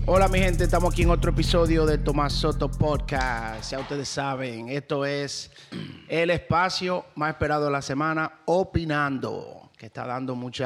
Hola mi gente, estamos aquí en otro episodio de Tomás Soto Podcast. Ya ustedes saben, esto es el espacio más esperado de la semana, Opinando, que está dando mucho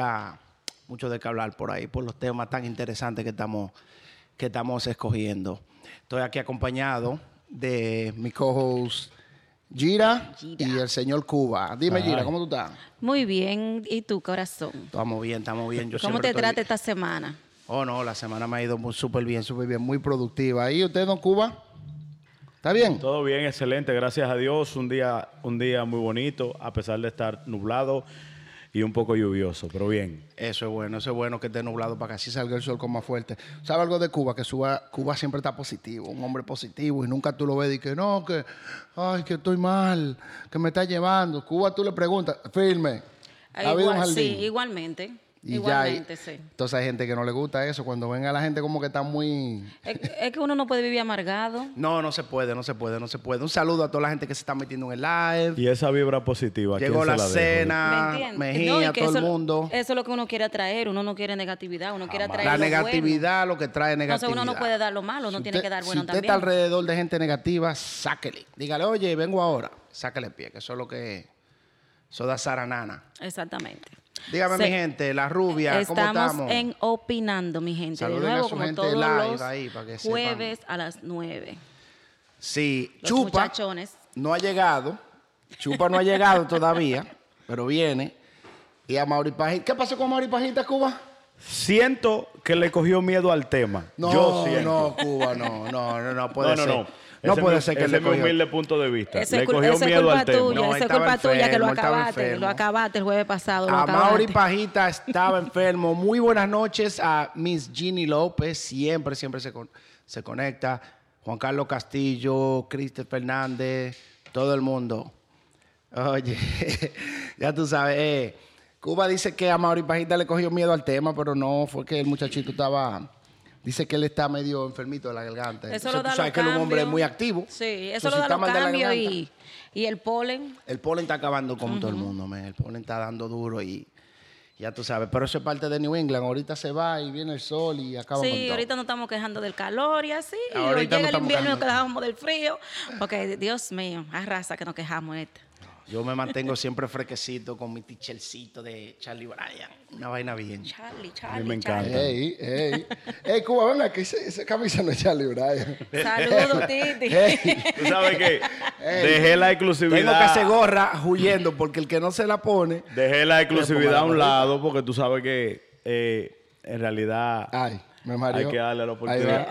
de qué hablar por ahí, por los temas tan interesantes que estamos escogiendo. Estoy aquí acompañado de mi co-host Gira y el señor Cuba. Dime, Gira, ¿cómo tú estás? Muy bien. ¿Y tú, corazón? Estamos bien. ¿Cómo te trata esta semana? Oh, no, la semana me ha ido súper bien, muy productiva. ¿Y usted, don Cuba? ¿Está bien? Todo bien, excelente, gracias a Dios. Un día muy bonito, a pesar de estar nublado y un poco lluvioso, pero bien. Eso es bueno que esté nublado para que así salga el sol con más fuerte. ¿Sabe algo de Cuba? Que Cuba siempre está positivo, un hombre positivo, y nunca tú lo ves y que no, que estoy mal, que me está llevando. Cuba tú le preguntas, firme. Sí, igualmente. Igualmente, sí. Entonces hay gente que no le gusta eso. Cuando ven a la gente como que está muy... Es que uno no puede vivir amargado. No se puede. Un saludo a toda la gente que se está metiendo en el live. Y esa vibra positiva. Llegó la cena, Mejía, todo el mundo. Eso es lo que uno quiere atraer. Uno no quiere negatividad, uno quiere atraer la lo negatividad, bueno. Lo que trae negatividad. Entonces uno no puede dar lo malo, uno tiene que dar bueno también. Si usted está alrededor de gente negativa, sáquele. Dígale, oye, vengo ahora. Sáquele pie, que eso es lo que... Eso da zaranana. Exactamente. Dígame, mi gente, la rubia, ¿cómo estamos? Estamos en Opinando, mi gente. Saluden de nuevo, a su como gente todos live los ahí, para que jueves sepan. a las 9. Sí, Los Chupa muchachones. no ha llegado. Chupa no ha llegado todavía, pero viene. Y a Mauri Pajita. ¿Qué pasó con Mauri Pajita, Cuba? Siento que le cogió miedo al tema. Yo siento. Cuba, no puede ser. No. No puede ser que ese le es mi cogió. humilde punto de vista. Ese le cogió miedo al tema. No, Esa es culpa tuya que lo acabaste el jueves pasado. A Mauri Pajita estaba enfermo. Muy buenas noches a Miss Ginny López. Siempre se conecta. Juan Carlos Castillo, Cristian Fernández, todo el mundo. Oye, ya tú sabes. Cuba dice que a Mauri Pajita le cogió miedo al tema, pero no, fue que el muchachito estaba... Dice que él está medio enfermito de la garganta. Eso Entonces, lo da tú sabes que él es un hombre muy activo. Sí, eso lo da los cambios y el polen. El polen está acabando con todo el mundo, man. El polen está dando duro y ya tú sabes. Pero eso es parte de New England. Ahorita se va y viene el sol y acaba con todo. Sí, ahorita nos estamos quejando del calor y así. Ahorita llega el invierno y nos quejando. quejamos del frío. Porque, Dios mío, arrasa que nos quejamos esto. Yo me mantengo siempre fresquecito con mi t-shirtcito de Charlie Bryan. Una vaina bien. Charlie. A mí me encanta. Ey, Cuba, venga, que esa camisa no es Charlie Bryan. Saludos, Titi. ¿Tú sabes qué? Dejé la exclusividad. Tengo que hacer gorra huyendo porque el que no se la pone... Dejé la exclusividad a un lado porque tú sabes que en realidad... Ay, me mareó. Hay que darle la oportunidad,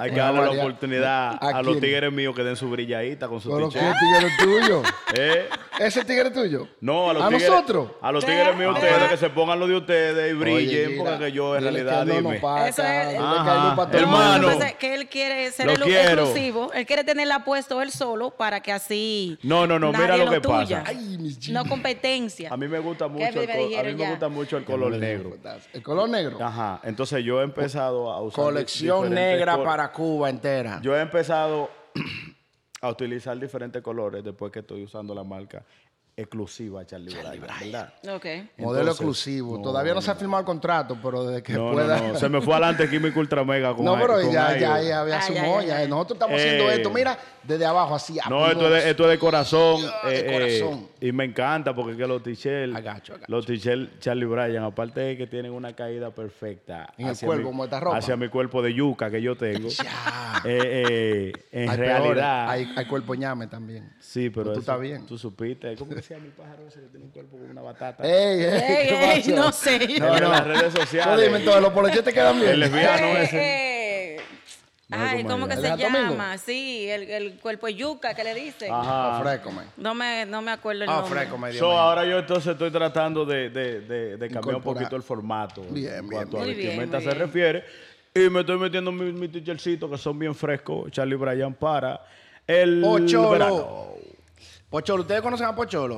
a los tigres míos que den su brilladita con su ¿Pero qué t-shirt. tigre tuyo? ¿Eh? ¿Ese tigre tuyo? No, ¿A nosotros? A los tigres míos ustedes, que se pongan lo de ustedes y brillen, Oye, porque yo en dile realidad, que no dime. nos paga, Eso es- dile que Ajá. hay luz para todo. Hermano. Lo que pasa es que él quiere ser Lo el quiero. exclusivo. Él quiere tenerla puesto él solo para que así. No, mira nadie lo que tuya. pasa. Ay, mis chicos. No competencia. A mí me gusta mucho, ¿Qué me dijeron ya? el color negro. ¿El color negro? Ajá, entonces yo he empezado a usar Colección diferentes negra colores. para Cuba entera. Yo he empezado a utilizar diferentes colores después que estoy usando la marca exclusiva Charlie Bryan, ¿verdad? Ok. Modelo Entonces, exclusivo. Todavía no se ha firmado el contrato, pero desde que pueda... No, se me fue adelante Químico Ultra Mega con No, pero con ya Ayo. había su molla. Nosotros estamos haciendo esto, mira, desde abajo, así. No, esto es de corazón. De corazón. Y me encanta porque es que los t-shirts, Agacho. los t-shirts Charlie Bryan, aparte de que tienen una caída perfecta En el cuerpo, como esta ropa. hacia mi cuerpo de yuca que yo tengo. Ya. En Hay realidad, peores. Hay cuerpo ñame también. sí, pero tú eso, estás bien. Tú supiste. ¿Cómo que se llama mi pájaro ese que tiene un cuerpo como una batata? ¿Qué pasó? No sé. En las redes Tú sociales. dime, todos los poloches te quedan bien. El lesbiano ese. Ay, ¿cómo que ¿El se Gato Domingo? llama? Sí, el cuerpo de yuca que le dicen. Ajá. Fresco, man. No me acuerdo el nombre. Fresco, medio. So, ahora yo entonces estoy tratando de cambiar un Incorporar. poquito el formato Bien, en bien, cuanto a Muy bien, vestimenta muy se bien. refiere. Y me estoy metiendo mi t-shirtcito que son bien frescos, Charlie Bryan, para el Pocholo. verano. Pocholo, ¿ustedes conocen a Pocholo?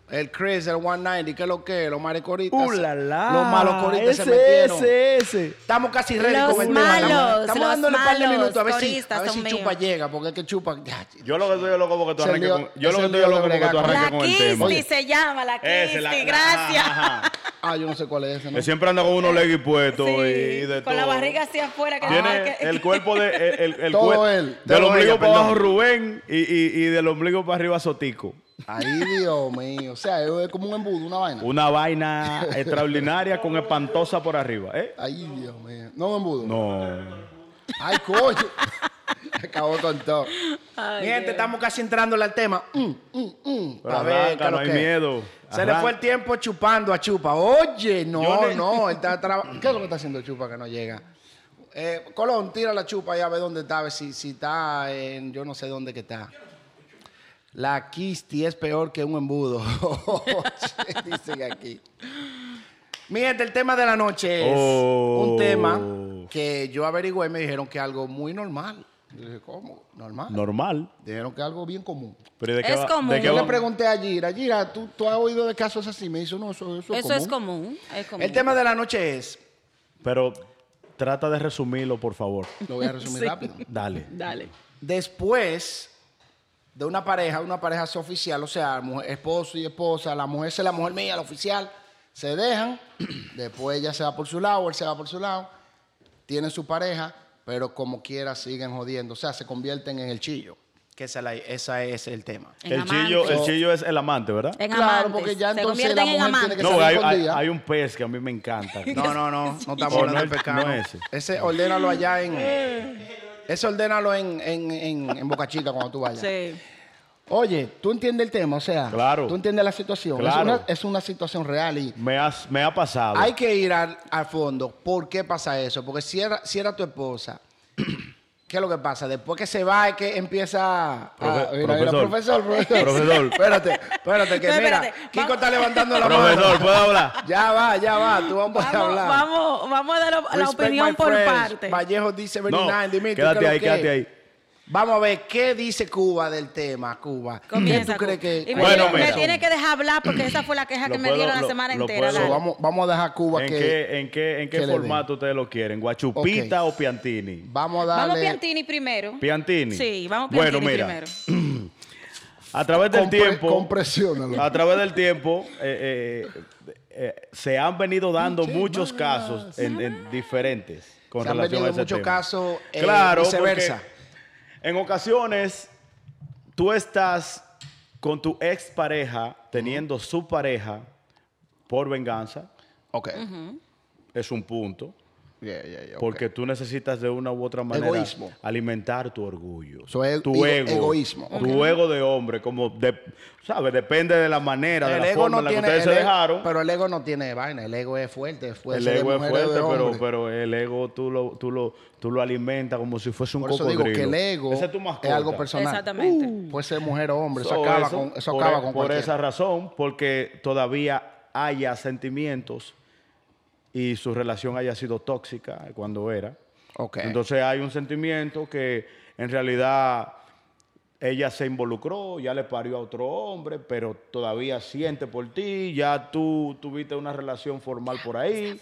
El Chris, el 190, ¿qué es lo que? Los maricoristas. La, la. Los malos coristas se metieron. Ese. Estamos casi ready Los con el tema. malos, Estamos los dándole un par de malos minutos a ver coristas si son Chupa míos. llega, porque es que Chupa... ya, Yo lo que estoy loco porque tú Ese arranques lío- con... Yo lo ese que estoy lío loco de porque tú bregar. arranques La con el tema. Kisti se llama, la Ese, Kisti, gracias. ajá. Ah, yo no sé cuál es ese, ¿no? Que siempre anda con unos leggings puestos Sí, y de con todo. la barriga hacia afuera. Que Tiene el cuerpo de... El Todo cuerpo- él. Del Todo ombligo ella, para abajo perdón. Rubén y del ombligo para arriba Sotico. Ay, Dios mío. O sea, es como un embudo, una vaina. Una vaina extraordinaria con espantosa por arriba, ¿eh? Ay, Dios mío. No un embudo. No. Ay, coño. Acabó con todo. Mi gente, estamos casi entrándole al tema. Pero A ver, arranca, ¿qué es lo no hay que? miedo. Se le Arranca. fue el tiempo chupando a Chupa. Oye, Yo no, ne- no. Él está ¿Qué es lo que está haciendo Chupa que no llega? Colón, tira la Chupa y a ver dónde está. A ver si está en... Yo no sé dónde que está. La Kisti es peor que un embudo. Dicen aquí. Mi gente, el tema de la noche es Oh. un tema que yo averigüé y me dijeron que es algo muy normal. Yo dije, ¿cómo? ¿Normal? Normal. Dijeron que es algo bien común. Pero ¿y de qué Es va- común. de qué Yo va- le pregunté a Gira, ¿tú has oído de casos así? Me dijo, no, eso Eso es común. Es común. El tema de la noche es... Pero trata de resumirlo, por favor. Lo voy a resumir rápido. Dale. Dale. Después de una pareja es oficial, o sea, esposo y esposa, la mujer es la mujer mía, la oficial, se dejan, después ella se va por su lado, él se va por su lado, tienen su pareja, pero como quiera siguen jodiendo, o sea, se convierten en el chillo, que esa es el tema. En El amantes. chillo es el amante, ¿verdad? En Claro, amantes. porque ya Se entonces convierten la en mujer amantes. tiene que No, salir hay, escondida. hay un pez que a mí me encanta. No estamos Oh, hablando no de es- pescado. no es Ese, ordénalo allá ese ordénalo en Boca Chica cuando tú vayas. Sí. Oye, ¿tú entiendes el tema? O sea, Claro. ¿tú entiendes la situación? Claro. Es una situación real y Me ha pasado. hay que ir al fondo. ¿Por qué pasa eso? Porque si era tu esposa, ¿qué es lo que pasa? Después que se va es que empieza... Profesor. profesor. Profesor. Espérate, que No, mira, espérate. Kiko está levantando la Profesor, mano. ¿puedo hablar? Ya va, tú vas a hablar. Vamos a dar la Respect opinión my por friends. parte. Vallejo dice No, 29, Dimitri, quédate ¿qué es ahí, lo que quédate es? ahí. Vamos a ver, ¿qué dice Cuba del tema, Cuba? Comienza. ¿Qué tú crees que...? Y me, Bueno, tiene, me mira. tiene que dejar hablar porque esa fue la queja Lo que me puedo- dieron la lo- semana lo entera. puedo- dale. Vamos a dejar Cuba ¿En que... qué que le formato ustedes lo quieren? ¿Guachupita o Piantini? Vamos a darle... Vamos Piantini primero. Piantini. Sí, vamos Piantini Bueno, mira, primero. a través del tiempo... Compresiónalo. A través del tiempo se han venido dando muchos casos en diferentes con Se han relación venido a ese muchos tema. casos Claro, viceversa. porque en ocasiones tú estás con tu expareja teniendo su pareja por venganza. Ok. Es un punto. Yeah, ok. Porque tú necesitas de una u otra manera Egoísmo. alimentar tu orgullo. So, tu ego. egoísmo. Tu ego de hombre. Como ¿sabes? Depende de la manera, de El la ego forma no en la que tiene... ustedes se dejaron. Pero el ego no tiene vaina. El ego es fuerte. Puede El ser de ego es mujer o de fuerte, hombre. pero el ego tú lo alimentas como si fuese un Por eso cocodrilo. digo que el ego Esa es tu es mascota. algo personal. Exactamente. Puede ser mujer o hombre. Eso So, acaba eso, con, eso por, acaba con por cualquiera. esa razón, porque todavía haya sentimientos y su relación haya sido tóxica cuando era. Ok. Entonces hay un sentimiento que en realidad ella se involucró, ya le parió a otro hombre, pero todavía siente por ti, ya tú tuviste una relación formal por ahí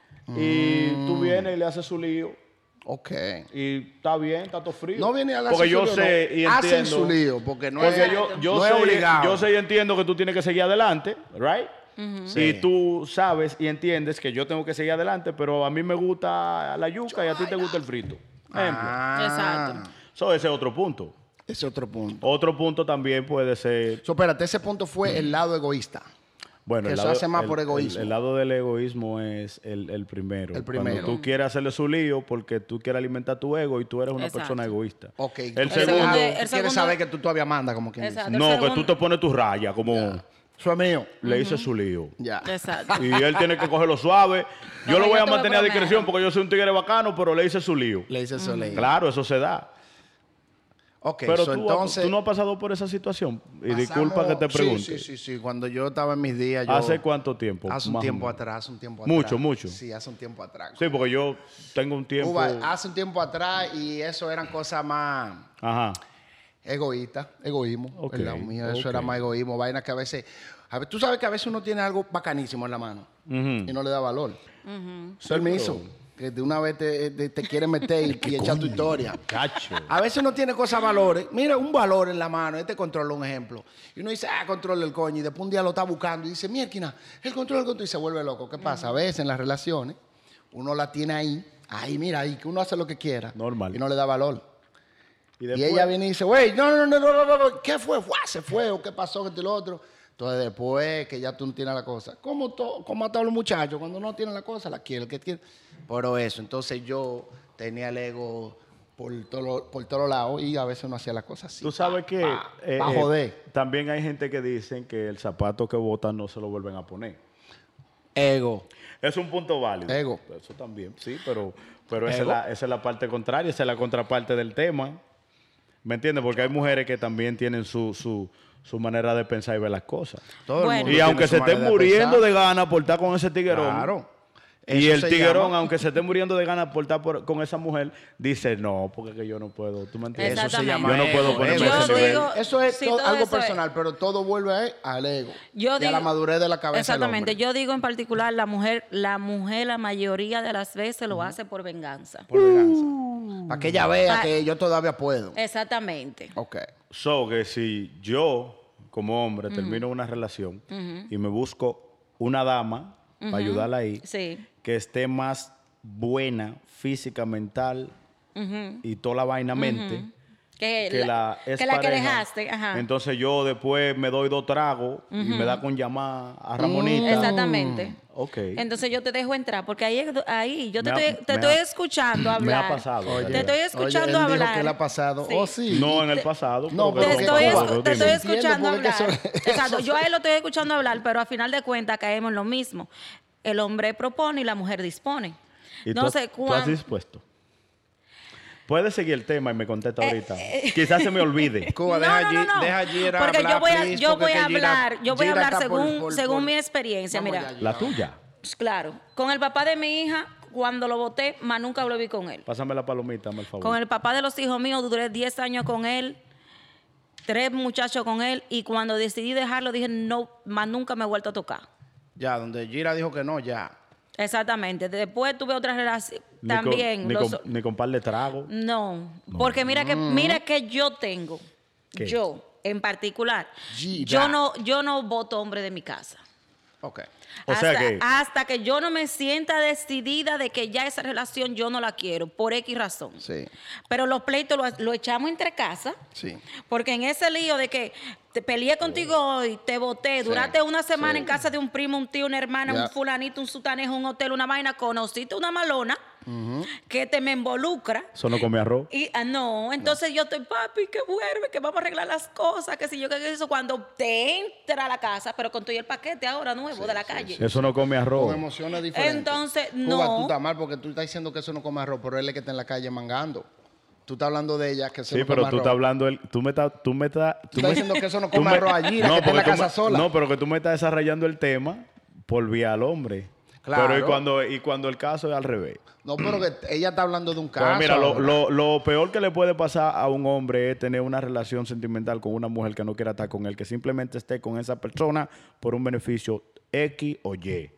y tú vienes y le haces su lío. Ok. Y está bien, está todo frío. No viene a la porque yo su lío, sé no. y Hacen entiendo. su lío, porque no Porque es, yo no sé, es obligado. yo sé y entiendo que tú tienes que seguir adelante, ¿right? Sí. Y tú sabes y entiendes que yo tengo que seguir adelante, pero a mí me gusta la yuca y a ti te gusta el frito. Ejemplo. Exacto. So, ese es otro punto. Ese es otro punto. Otro punto también puede ser... So, espérate, ese punto fue el lado egoísta. Bueno, Que eso hace más por egoísmo. El lado del egoísmo es el primero. El primero. Cuando tú quieres hacerle su lío porque tú quieres alimentar tu ego y tú eres una Exacto. persona egoísta. Ok. El tú segundo... segundo- quieres segundo- saber que tú todavía mandas, como quien Exacto. dice. No, El que tú segundo- te pones tu raya, como Eso es mío. le hice su lío. Ya. Exacto. Y él tiene que cogerlo suave. Yo No, lo yo voy a te voy mantener a por lo discreción menos. porque yo soy un tigre bacano, pero le hice su lío. Le dice eso, le Claro, eso se da. Ok, Pero so, tú, entonces... tú no has pasado por esa situación. Y pasamos- disculpa que te pregunte. Sí. Cuando yo estaba en mis días, yo... ¿Hace cuánto tiempo? Hace un Más o tiempo menos? atrás, hace un tiempo Mucho, atrás. mucho. Sí, hace un tiempo atrás. Sí, porque yo tengo un tiempo... Cuba, hace un tiempo atrás y eso eran cosas más Ajá. egoístas, egoísmo. Ok, ¿verdad? Mío, eso era ok. más egoísmo, vainas que a veces... A ver, tú sabes que a veces uno tiene algo bacanísimo en la mano y no le da valor. Permiso. Que de una vez te quieren meter y echar tu historia. Cacho. A veces uno tiene cosas valores. Mira, un valor en la mano. Este control, un ejemplo. Y uno dice, control el coño. Y después un día lo está buscando y dice, mierda, el control. Y se vuelve loco. ¿Qué pasa? A veces en las relaciones, uno la tiene ahí, mira, ahí, que uno hace lo que quiera. Normal. Y no le da valor. Y Y ella viene y dice, güey, no, ¿qué fue? ¡Fua! Se fue, o qué pasó, que esto y lo otro. Entonces, después que ya tú no tienes la cosa, como a todos los muchachos, cuando no tienen la cosa, la quiere, el que quiere. Pero eso, entonces yo tenía el ego por todos lados y a veces uno hacía las cosas así. Tú sabes que pa' joder. también hay gente que dicen que el zapato que botan no se lo vuelven a poner. Ego. Es un punto válido. Ego. Eso también, sí, pero esa es la parte contraria, esa es la contraparte del tema. ¿Me entiendes? Porque hay mujeres que también tienen su manera de pensar y ver las cosas. Todo el Bueno. mundo Y tiene aunque su se estén manera de muriendo pensar. de ganas por estar con ese tiguerón. Claro. Y Eso el se tiguerón, llama- aunque se esté muriendo de ganas por estar con esa mujer, dice, no, porque que yo no puedo. ¿Tú me entiendes? Eso se Exactamente. llama Yo no puedo ego, ponerme ego. a ese nivel. Eso es sí, todo- todo algo eso es. personal, pero todo vuelve al ego Yo y a la digo- madurez de la cabeza Exactamente. del hombre. Yo digo en particular, la mujer la mayoría de las veces lo hace por venganza. Por venganza. Para que ella vea Pa- que yo todavía puedo. Exactamente. Ok. So, que si yo, como hombre, termino una relación y me busco una dama para ayudarla ahí, Sí. que esté más buena física, mental y toda la vaina mente Que que la que expareja, dejaste. Ajá. entonces yo después me doy 2 tragos y me da con llamar a Ramonita. Exactamente. Ok. Entonces yo te dejo entrar, porque ahí yo te Me ha- estoy, te me estoy ha- escuchando me ha hablar. pasado, Oye, Te estoy oye, escuchando él dijo hablar. que le ha pasado. Sí. Oh, sí. No, en el pasado. No, pero pero que Te porque- pasó, estoy, te dime. estoy Entiendo, escuchando porque hablar. eso- Exacto. Yo a él lo estoy escuchando hablar, pero a final de cuentas caemos en lo mismo. El hombre propone y la mujer dispone. ¿Y No tú, sé tú has cuándo. dispuesto? Puedes seguir el tema y me contesta ahorita. Quizás se me olvide. Cuba, No, deja no, allí, no, no. deja allí ir a Porque hablar, yo voy a, please, yo porque voy a que Gira- hablar, yo voy a Gira hablar está según por- mi experiencia. Vamos Mira, allá, La tuya. pues claro, con el papá de mi hija, cuando lo voté, más nunca lo vi con él. Pásame la palomita, por favor. Con el papá de los hijos míos duré 10 años con él, 3 muchachos con él, y cuando decidí dejarlo dije, no, más nunca me he vuelto a tocar. Ya, donde Gira dijo que no, ya. Exactamente. Después tuve otra relación Ni también. ni con par de trago. No, porque mira que yo tengo, ¿Qué? yo en particular, Gira. yo no voto hombre de mi casa. Ok. O sea que- hasta que yo no me sienta decidida de que ya esa relación yo no la quiero, por X razón. Sí, Pero los pleitos lo echamos entre casa, sí. porque en ese lío de que te peleé contigo hoy, te boté, duraste una semana sí. en casa de un primo, un tío, una hermana, Ya. un fulanito, un sutanejo, un hotel, una vaina, conociste una malona que te me involucra. Eso no come arroz. Y no, entonces yo estoy, papi, que vuelve, que vamos a arreglar las cosas, que si yo, que eso, cuando te entra a la casa, pero con todo y el paquete ahora nuevo de la calle. Eso no come Con arroz. emociones diferentes. Entonces, Cuba, no. tú estás mal porque tú estás diciendo que eso no come arroz, pero él es que está en la calle mangando. Tú estás hablando de ella que eso Sí, no pero come tú arroz. estás hablando, tú me estás diciendo que eso no come arroz allí, la que está en la porque casa sola. No, pero que tú me estás desarrollando el tema por vía al hombre. Claro. Pero y cuando el caso es al revés. No, pero que ella está hablando de un caso. Pues mira, ahora. lo peor que le puede pasar a un hombre es tener una relación sentimental con una mujer que no quiera estar con él, que simplemente esté con esa persona por un beneficio X o Y.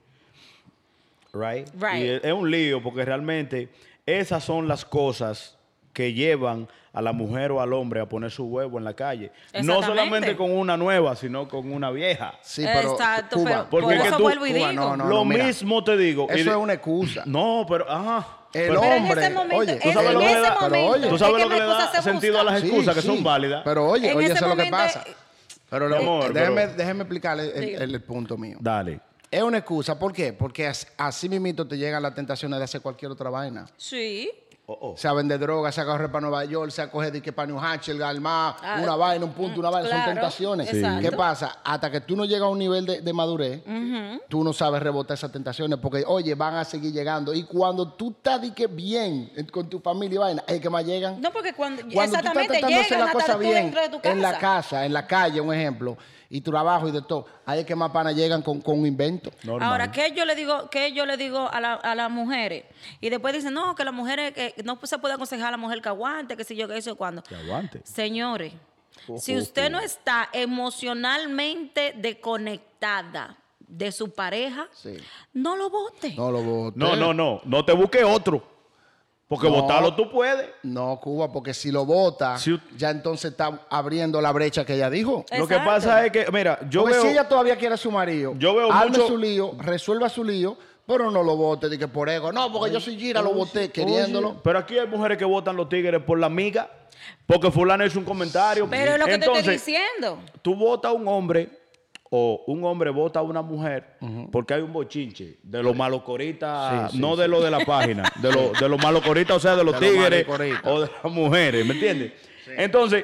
Right? Right. Y es un lío porque realmente esas son las cosas que llevan a la mujer o al hombre a poner su huevo en la calle. No Exactamente. solamente con una nueva, sino con una vieja. Sí, pero Exacto, Cuba, pero Porque por es que eso tú- vuelvo y Cuba, digo. no, Lo mira. mismo te digo. Y eso de- es una excusa. No, pero... Ajá. El Pero- Pero en hombre, ese momento, oye, tú sabes en lo que le ese da- pero momento, oye. ¿Tú sabes es lo que que le las da cosas se sentido a las buscan. excusas que Sí, son sí. válidas? Pero oye, En oye, ese eso es lo que momento, pasa. Pero Mi amor, déjeme explicarle Diga. el punto mío. Dale. Es una excusa. ¿Por qué? Porque así mismito te llegan las tentaciones de hacer cualquier otra vaina. Sí. Sea vender droga, sea correr para Nueva York, sea coger de que para New Hampshire, armar Ah, una vaina, un punto, una vaina. Son claro, tentaciones. exacto. ¿Qué pasa? Hasta que tú no llegas a un nivel de madurez, tú no sabes rebotar esas tentaciones porque, oye, van a seguir llegando. Y cuando tú estás de que bien con tu familia y vaina, es que más llegan. No, porque cuando Cuando tú estás exactamente tratando de hacer llegan la hasta cosa tú bien dentro de tu casa. en la casa, en la calle, un ejemplo, y tu trabajo y de todo, ahí es que más panas llegan con un invento. Normal. Ahora, ¿qué yo le digo a las mujeres? Y después dicen, no, que las mujeres, que no se puede aconsejar a la mujer que aguante, que si yo, que eso, cuando. Que aguante. Señores, Si usted no está emocionalmente desconectada de su pareja, Sí. no lo vote. No lo voté. No te busques otro. Porque No. votarlo tú puedes. No, Cuba, porque si lo vota, Si- ya entonces está abriendo la brecha que ella dijo. Lo que Exacto. pasa es que, mira, yo Porque veo... si ella todavía quiere a su marido, Yo veo arme mucho- su lío, resuelva su lío, pero no lo vote de que por ego. No, porque yo soy Gira, lo voté queriéndolo. Oye, pero aquí hay mujeres que votan los tigres por la amiga, porque fulano hizo un comentario. Pero es lo que te Entonces, estoy diciendo. tú votas a un hombre o un hombre vota a una mujer porque hay un bochinche de los malocoritas, Sí, sí, no de lo de la página, de los malocoritas, o sea, de los De los tigres malocoritas. o de las mujeres, ¿me entiendes? Entonces,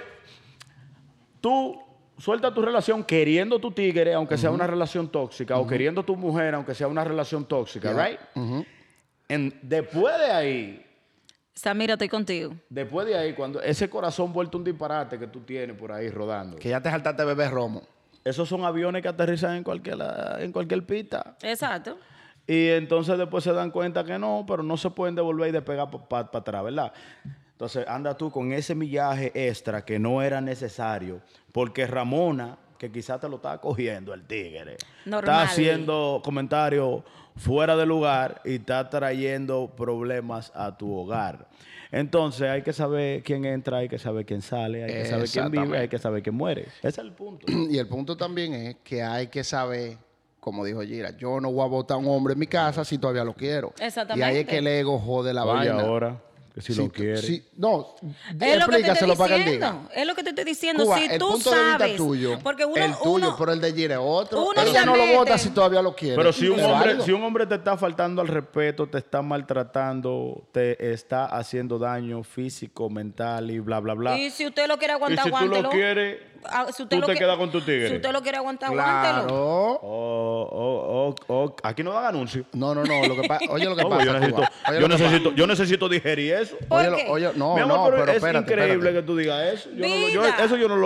tú suelta tu relación queriendo tu tigre, aunque sea una relación tóxica, o queriendo tu mujer, aunque sea una relación tóxica, right? Después de ahí, Samira, estoy contigo. cuando ese corazón vuelto un disparate que tú tienes por ahí rodando, Que ya te saltaste bebé romo. esos son aviones que aterrizan en cualquier pista. Exacto. Y entonces después se dan cuenta que no, pero no se pueden devolver y despegar para atrás, ¿verdad? Entonces anda tú con ese millaje extra que no era necesario, porque Ramona, que quizás te lo está cogiendo el tigre, Normal. está haciendo comentarios fuera de lugar y está trayendo problemas a tu hogar. Entonces hay que saber quién entra, hay que saber quién sale, hay que saber quién vive, hay que saber quién muere. Ese es el punto. Y el punto también es que hay que saber, como dijo Gira, yo no voy a votar a un hombre en mi casa si todavía lo quiero. Exactamente. Y ahí es que el ego jode la Oye, vaina. ahora, que si lo quiere. No, Es lo que te explícaselo estoy para que él diga. diciendo. Es lo que te estoy diciendo. Cuba, Si el tú punto de vista sabes. tuyo, Porque uno, el tuyo, uno- pero el de Gira es otro. uno Pero se ella no lo mete. vota si todavía lo quiere. Pero si un, Es hombre, válido. si un hombre te está faltando al respeto, te está maltratando, te está haciendo daño físico, mental y bla, bla, bla. Y si usted lo quiere Y aguantar, si tú aguántelo. lo quieres, Si usted tú lo te que- quedas con tu tigre. Si usted lo quiere aguantar, aguántelo. Claro. Aquí no dan anuncios. No, lo que pasa, oye lo que No, pasa, yo necesito, Cuba. Oye yo lo que necesito, yo necesito digerir eso. ¿Por Oye, qué? oye, no, Mi amor, pero es espérate, increíble espérate. que tú digas eso. Yo Vida. eso yo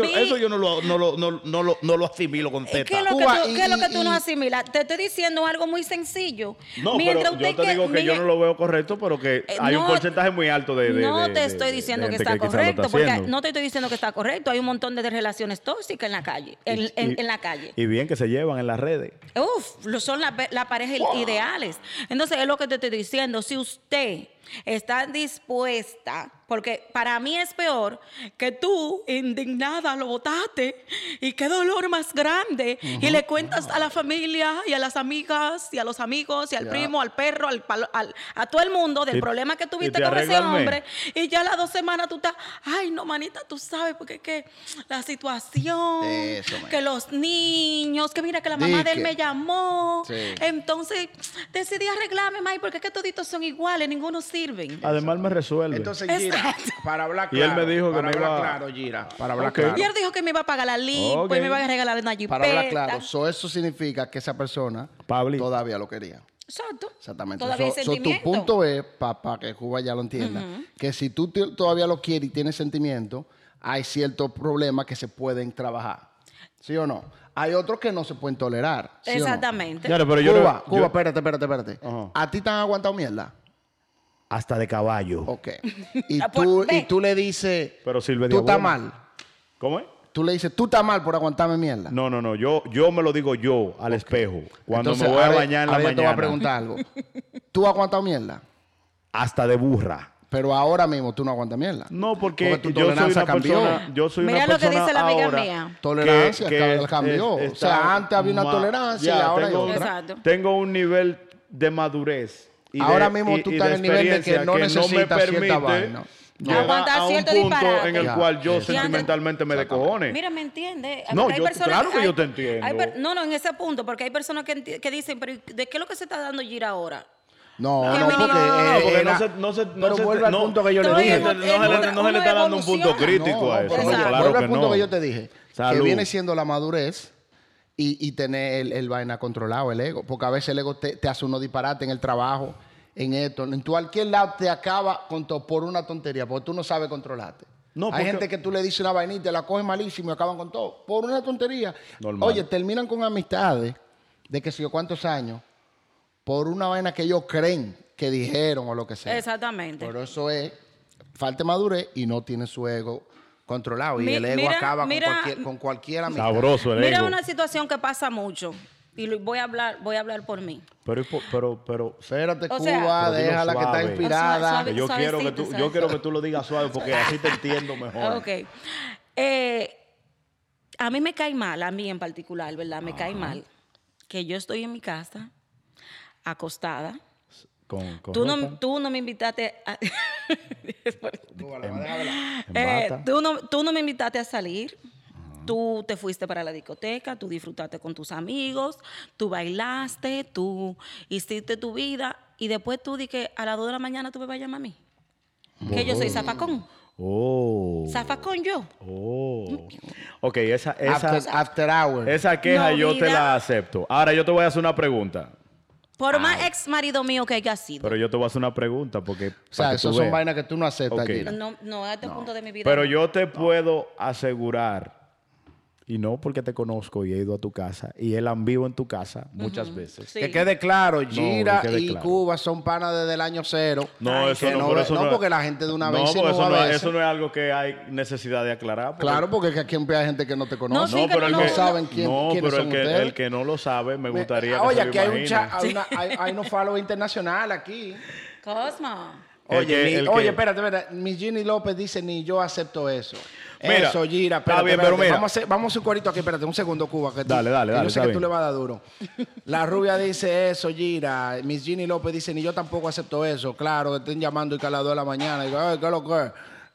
no lo asimilo con ¿Qué teta. es lo que Cuba, tú, y- qué es lo que y- tú no y- asimilas? Te estoy diciendo algo muy sencillo. No, Mientras pero yo usted te digo que yo mire- no lo veo correcto, pero que hay un no, porcentaje muy alto de no de- te de- estoy de diciendo que gente está quizás lo correcto, está porque haciendo. no te estoy diciendo que está correcto. Hay un montón de relaciones tóxicas en la calle, en la calle. Y bien que se llevan en las redes. Son las parejas ideales. Entonces, es lo que te estoy diciendo. Si usted está dispuesta, porque para mí es peor que tú, indignada, lo votaste y qué dolor más grande. Y le cuentas a la familia y a las amigas y a los amigos y al Ya. primo, al perro, a todo el mundo del Y- problema que y tuviste te con ese arregla el mes. hombre. Y ya a las 2 semanas tú estás, ay, no, manita, tú sabes, porque es que la situación, Eso, man. que los niños, que mira que la mamá de él Dique. me llamó. Sí. Entonces decidí arreglarme, May, porque es que toditos son iguales, ninguno sirven. Además me resuelve. Entonces, Gira, Exacto. para hablar Y él claro. me dijo que para me hablar iba- claro, Gira. Para hablar Ok. claro. Y él dijo que me iba a pagar la limpo Ok. y me iba a regalar una jipeta. Para hablar claro, eso significa que esa persona Pablito. todavía lo quería. Exacto. Exactamente. Todavía hay Tu sentimiento. punto es, para que Cuba ya lo entienda, que si tú todavía lo quieres y tienes sentimiento, hay ciertos problemas que se pueden trabajar. ¿Sí o no? Hay otros que no se pueden tolerar. ¿sí o no? Exactamente. Claro, pero yo Cuba, no- yo- espérate. Ajá. ¿A ti te han aguantado mierda? hasta de caballo. Ok. Y Ah, pues, tú, ve. y tú le dices, Pero sirve de tú estás abono. mal. ¿Cómo es? Tú le dices, tú estás mal por aguantarme mierda. No. Yo me lo digo yo al espejo. Cuando Entonces, me voy a ahora- bañar en la ahora yo te voy a mañana. preguntar algo. ¿Tú has aguantado mierda? Hasta de burra. Pero ahora mismo tú no aguantas mierda. No, porque tu yo soy tolerancia una cambió. persona. Yo soy Mira una lo que persona dice la amiga ahora mía. Tolerancia que cambió. O está sea, antes había una tolerancia y ahora hay tengo, otra. Exacto. Tengo un nivel de madurez. Y Ahora de- mismo y- tú y estás en el nivel de que experiencia no necesitas cierta vaina. No. llegar Aguantar a un cierto punto disparate. en el Ya, cual yo exacto. sentimentalmente me descojone. Mira, ¿me entiendes? No, Porque hay yo- personas claro que yo te entiendo. no, en ese punto, porque hay personas que dicen, pero ¿de qué es lo que se está dando Gira ahora? No, No, no, no, porque, porque era- pero vuelve al punto que yo le Estoy dije. en- no se le está dando un punto evoluciona. crítico a eso. pero No, Exacto. claro vuelve que al punto no. que yo te dije. Que Salud. viene siendo la madurez y tener el vaina controlado, el ego. Porque a veces el ego te hace unos disparates en el trabajo, en esto. En cualquier lado te acaba por una tontería, porque tú no sabes controlarte. No, Hay porque- gente que tú le dices una vainita, te la coge malísimo y acaban con todo. Por una tontería. Normal. Oye, terminan con amistades de que sé yo cuántos años por una vaina que ellos creen que dijeron o lo que sea. Exactamente. Pero eso es falta de madurez y no tiene su ego controlado y Mi- el ego mira- acaba mira- con cualquier amistad. Sabroso el Mira ego. una situación que pasa mucho. Y voy a hablar por mí. Pero Espérate, O sea- Cuba, Pero dilo déjala que está suave. inspirada. Suave. yo quiero que Suavecito, tú, suave. yo quiero que tú lo digas suave porque así te entiendo mejor. Ok. A mí me cae mal, a mí en particular, ¿verdad? Me cae mal que yo estoy en mi casa, acostada. Con Tú ropa, tú no me invitaste a... Cuba, la va a dejar hablar. en bata. tú no me invitaste a salir. Tú te fuiste para la discoteca, tú disfrutaste con tus amigos, tú bailaste, tú hiciste tu vida y después tú di que a las 2 de la mañana tú me vas a llamar a mí. Que yo soy zafacón. Oh. Zafacón yo. Oh. Ok, esa After hour. queja No, yo te vida. la acepto. Ahora yo te voy a hacer una pregunta. Por más ex marido mío que haya sido. Pero yo te voy a hacer una pregunta porque... O sea, para que eso tú son veas. vainas que tú no aceptas, Ok. Gina. No, a este punto de mi vida. Pero no. yo te puedo asegurar, y no porque te conozco y he ido a tu casa, y él han vivo en tu casa muchas veces. Sí. Que quede claro, Gira que quede y claro. Cuba son panas desde el año 0. No, eso Que no, pero eso no, no. porque la gente de una vez No, porque insinúa a veces. eso no es algo que hay necesidad de aclarar. porque- Claro, porque es que aquí hay gente que no te conoce. sí, No, que pero el no que saben quiénes pero son el ustedes. que no lo sabe, me gustaría que Oye, se lo aquí hay un imagine. chat, hay unos follow internacional aquí. Cosmo. El Oye, que- el que- oye, espérate. Mi Ginny López dice, ni yo acepto eso. Mira, Eso, Gira, está espérate, bien, pero espérate. mira. Vamos a hacer un corito aquí, espérate, un segundo, Cuba. Que Dale, que yo sé está que bien. tú le vas a dar duro. La rubia dice eso, Gira. Miss Ginny López dice, ni yo tampoco acepto eso. Claro, que estén llamando y que a las 2 de la mañana. Y digo, ay, ¿qué es lo que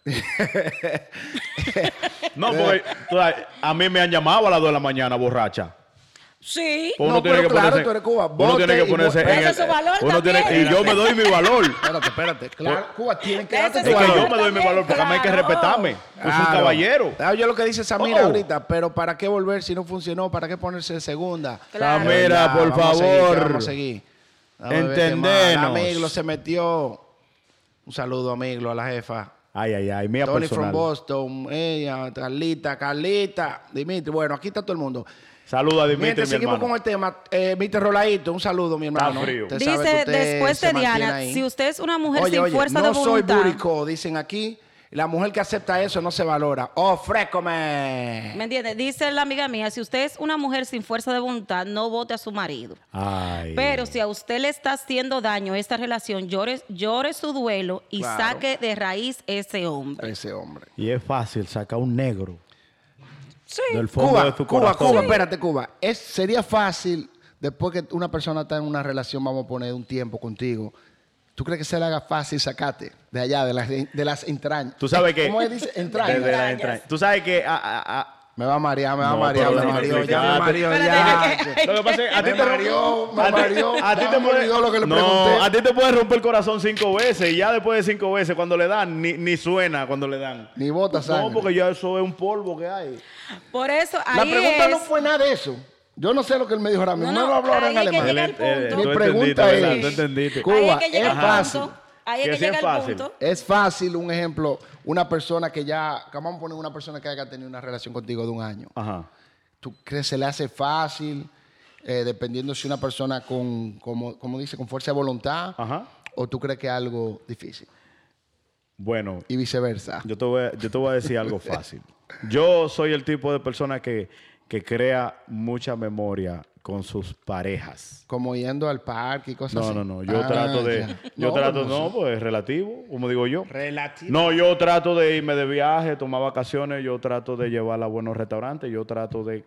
es? No, porque tú sabes, a mí me han llamado a las 2 de la mañana borracha. Sí. Uno No, tiene pero que claro, ponerse, tú eres Cuba. uno Bote tiene que y ponerse bote. en Ese es su valor uno tiene, también. y yo me doy mi valor. Espérate. Claro, Cuba, tienen que Ese darte es tu Es que valor yo valor. me doy mi valor porque a mí hay que Claro. respetarme. Yo soy un Claro. caballero. Yo lo que dice Samira Oh. ahorita, pero ¿para qué volver si no funcionó? ¿Para qué ponerse de segunda? Claro. Samira, por vamos a seguir, favor. vamos a seguir. Vamos a ver qué Entendenos. más. Amiglo se metió. Un saludo, Amiglo, a la jefa. Ay, mía Tony personal. from Boston, ella, Carlita, Dimitri. Bueno, aquí está todo el mundo. Saluda a Dimitri, Mientras mi seguimos hermano. con el tema, Mr. Roladito, un saludo, mi hermano. frío. Usted sabe que Dice usted después se de mantiene Diana, ahí. si usted es una mujer Oye, sin fuerza no de soy voluntad. búrico, dicen aquí. La mujer que acepta eso no se valora. ¡Ofrécome! ¿Me entiende? Dice la amiga mía, si usted es una mujer sin fuerza de voluntad, no vote a su marido. Ay. Pero si a usted le está haciendo daño esta relación, llore su duelo y Claro. saque de raíz ese hombre. Ese hombre. Y es fácil sacar un negro Sí. del fondo de tu corazón. Cuba, espérate, Cuba. Sería fácil, después que una persona está en una relación, vamos a poner un tiempo contigo, ¿tú crees que se le haga fácil sacarte de allá, de las entrañas? Tú sabes que... ¿Cómo él dice? Entrañas. Desde las entrañas. Tú sabes que... Me va a marear, No, me pero déjame mareó, ya me explicarte. mareó, Espérate, ya. Lo que pasa es que a ti Me te mareó, me a ti- mareó. a ti Ya te me puede- olvidó lo que le no, pregunté. a ti te puede romper el corazón 5 veces y ya después de 5 veces cuando le dan ni suena cuando le dan. Ni bota sangre. No, porque ya eso es un polvo que hay. Por eso, La ahí pregunta es... no fue nada de eso. Yo no sé lo que él me dijo ahora mismo. No, No, me habló ahora en ahí es que alemán. llega el punto. Mi tú pregunta entendiste, ¿verdad? es- Tú entendiste. Cuba, ahí es que llega es el fácil. punto. Ahí es Que que sí es llega el fácil. punto. Es fácil, un ejemplo, una persona que vamos a poner una persona que haya tenido una relación contigo de un año. Ajá. ¿Tú crees que se le hace fácil, dependiendo si una persona como dice, con fuerza de voluntad, Ajá. o tú crees que es algo difícil? Bueno, Y viceversa. yo te voy a decir algo fácil. Yo soy el tipo de persona que crea mucha memoria con sus parejas. Como yendo al parque y cosas así. No. Yo Ah, trato de... ya. No, pues relativo, como digo yo. Relativo. No, yo trato de irme de viaje, tomar vacaciones, yo trato de llevarla a buenos restaurantes, yo trato de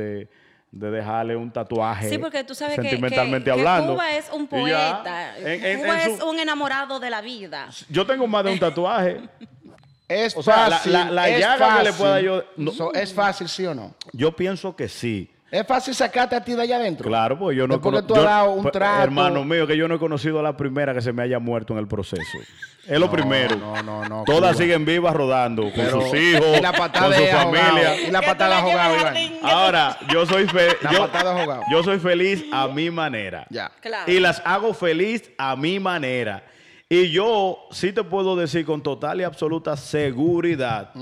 dejarle un tatuaje Sí, porque tú sabes sentimentalmente que hablando. Cuba es un Y ya, poeta. en Cuba su- es un enamorado de la vida. Yo tengo más de un tatuaje. Es O sea, fácil. la es llaga que le fácil. pueda yo... no, ¿Es fácil, sí o no? yo pienso que sí. ¿Es fácil sacarte a ti de allá adentro? Claro, porque yo no Después que tú yo- has dado un pues, trato. hermano mío, que yo no he conocido a la primera que se me haya muerto en el proceso. Es lo primero. No. Todas Cuba. siguen vivas rodando con Pero- sus hijos, y la patada con su de ahogado. familia. Y la patada de ahogado, Iván. Ahora, yo soy La patada de ahogado. yo soy feliz a mi manera. Ya. Claro. Y las hago feliz a mi manera. Y yo sí te puedo decir con total y absoluta seguridad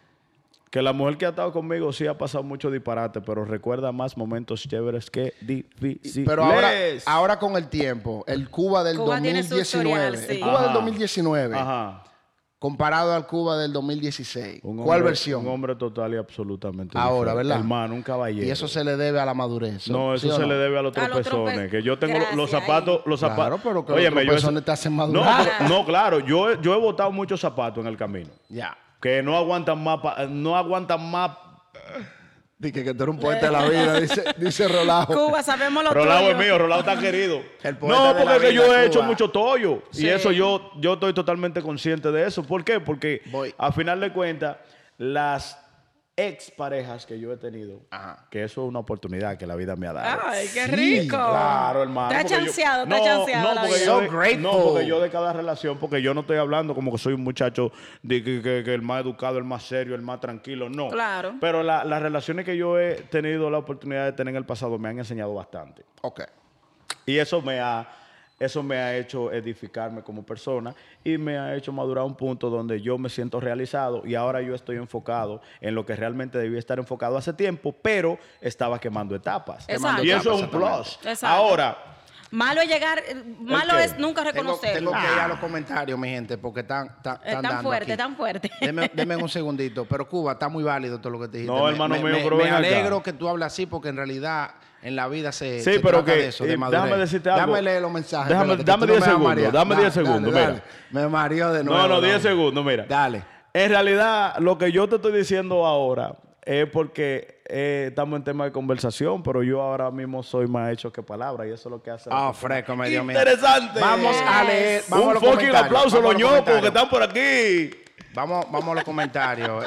que la mujer que ha estado conmigo sí ha pasado mucho disparate, pero recuerda más momentos chéveres que difíciles. Pero ahora con el tiempo, el Cuba del Cuba tiene su 2019, historial, sí. el Cuba del Ajá. 2019, Ajá. comparado al Cuba del 2016? Un ¿Cuál hombre- versión? Un hombre total y absolutamente Ahora, diferente. ¿verdad? Hermano, un caballero. Y eso se le debe a la madurez. No, ¿sí eso o se no? le debe a los A los tropezones. Que yo tengo Gracias, los zapatos... Los zapatos. Claro, pero que Óyeme, los yo tropezones te hacen no, madurar. no, claro. Yo he botado muchos zapatos en el camino. Ya. Que no aguantan más... no aguantan más... Dice que tú eres un poeta de la vida, dice Rolajo. Cuba, sabemos lo Rolado tuyo. es mío, Rolado está querido. El poeta No, de la porque es que yo vida, he hecho Cuba. mucho tollo. Sí. Y eso yo estoy totalmente consciente de eso. ¿Por qué? Porque Voy. a final de cuentas, las ex parejas que yo he tenido, Ajá. que eso es una oportunidad que la vida me ha dado. Ay, qué Sí, rico. Claro, hermano. Te ha porque yo- chanceado, no, te ha chanceado no, la porque vida. yo So de- grateful. No, porque yo de cada relación, porque yo no estoy hablando como que soy un muchacho de que el más educado, el más serio, el más tranquilo, no. Claro. Pero las relaciones que yo he tenido la oportunidad de tener en el pasado me han enseñado bastante. Ok. Y eso me ha hecho edificarme como persona y me ha hecho madurar a un punto donde yo me siento realizado y ahora yo estoy enfocado en lo que realmente debía estar enfocado hace tiempo, pero estaba quemando etapas. Exacto. Y eso es un Exactamente. plus. Exacto. Ahora, Malo es llegar, malo qué? es nunca reconocerlo. Tengo que ir a los comentarios, mi gente, porque están Tan fuerte, tan fuerte. Deme un segundito. Pero Cuba, está muy válido todo lo que te dijiste. No, hermano mío, pero me ven acá. alegro que tú hablas así porque en realidad en la vida se sí, pero trata que de eso, de madurez. déjame decirte algo. Dame leer los mensajes. Dame espérate, que tú 10 me vas a segundos, marear. dame 10 Dale, segundos, dale. mira. Me mareó de nuevo. no, 10 loco. segundos, mira. Dale. En realidad, lo que yo te estoy diciendo ahora es porque estamos en tema de conversación, pero yo ahora mismo soy más hecho que palabra y eso es lo que hace. la Ah, persona. fresco, medio mío. Interesante. Vamos a leer. Vamos a Un los fucking comentarios. aplauso a Vamos los a ñopos que comentarios. están por aquí. Vamos a los comentarios.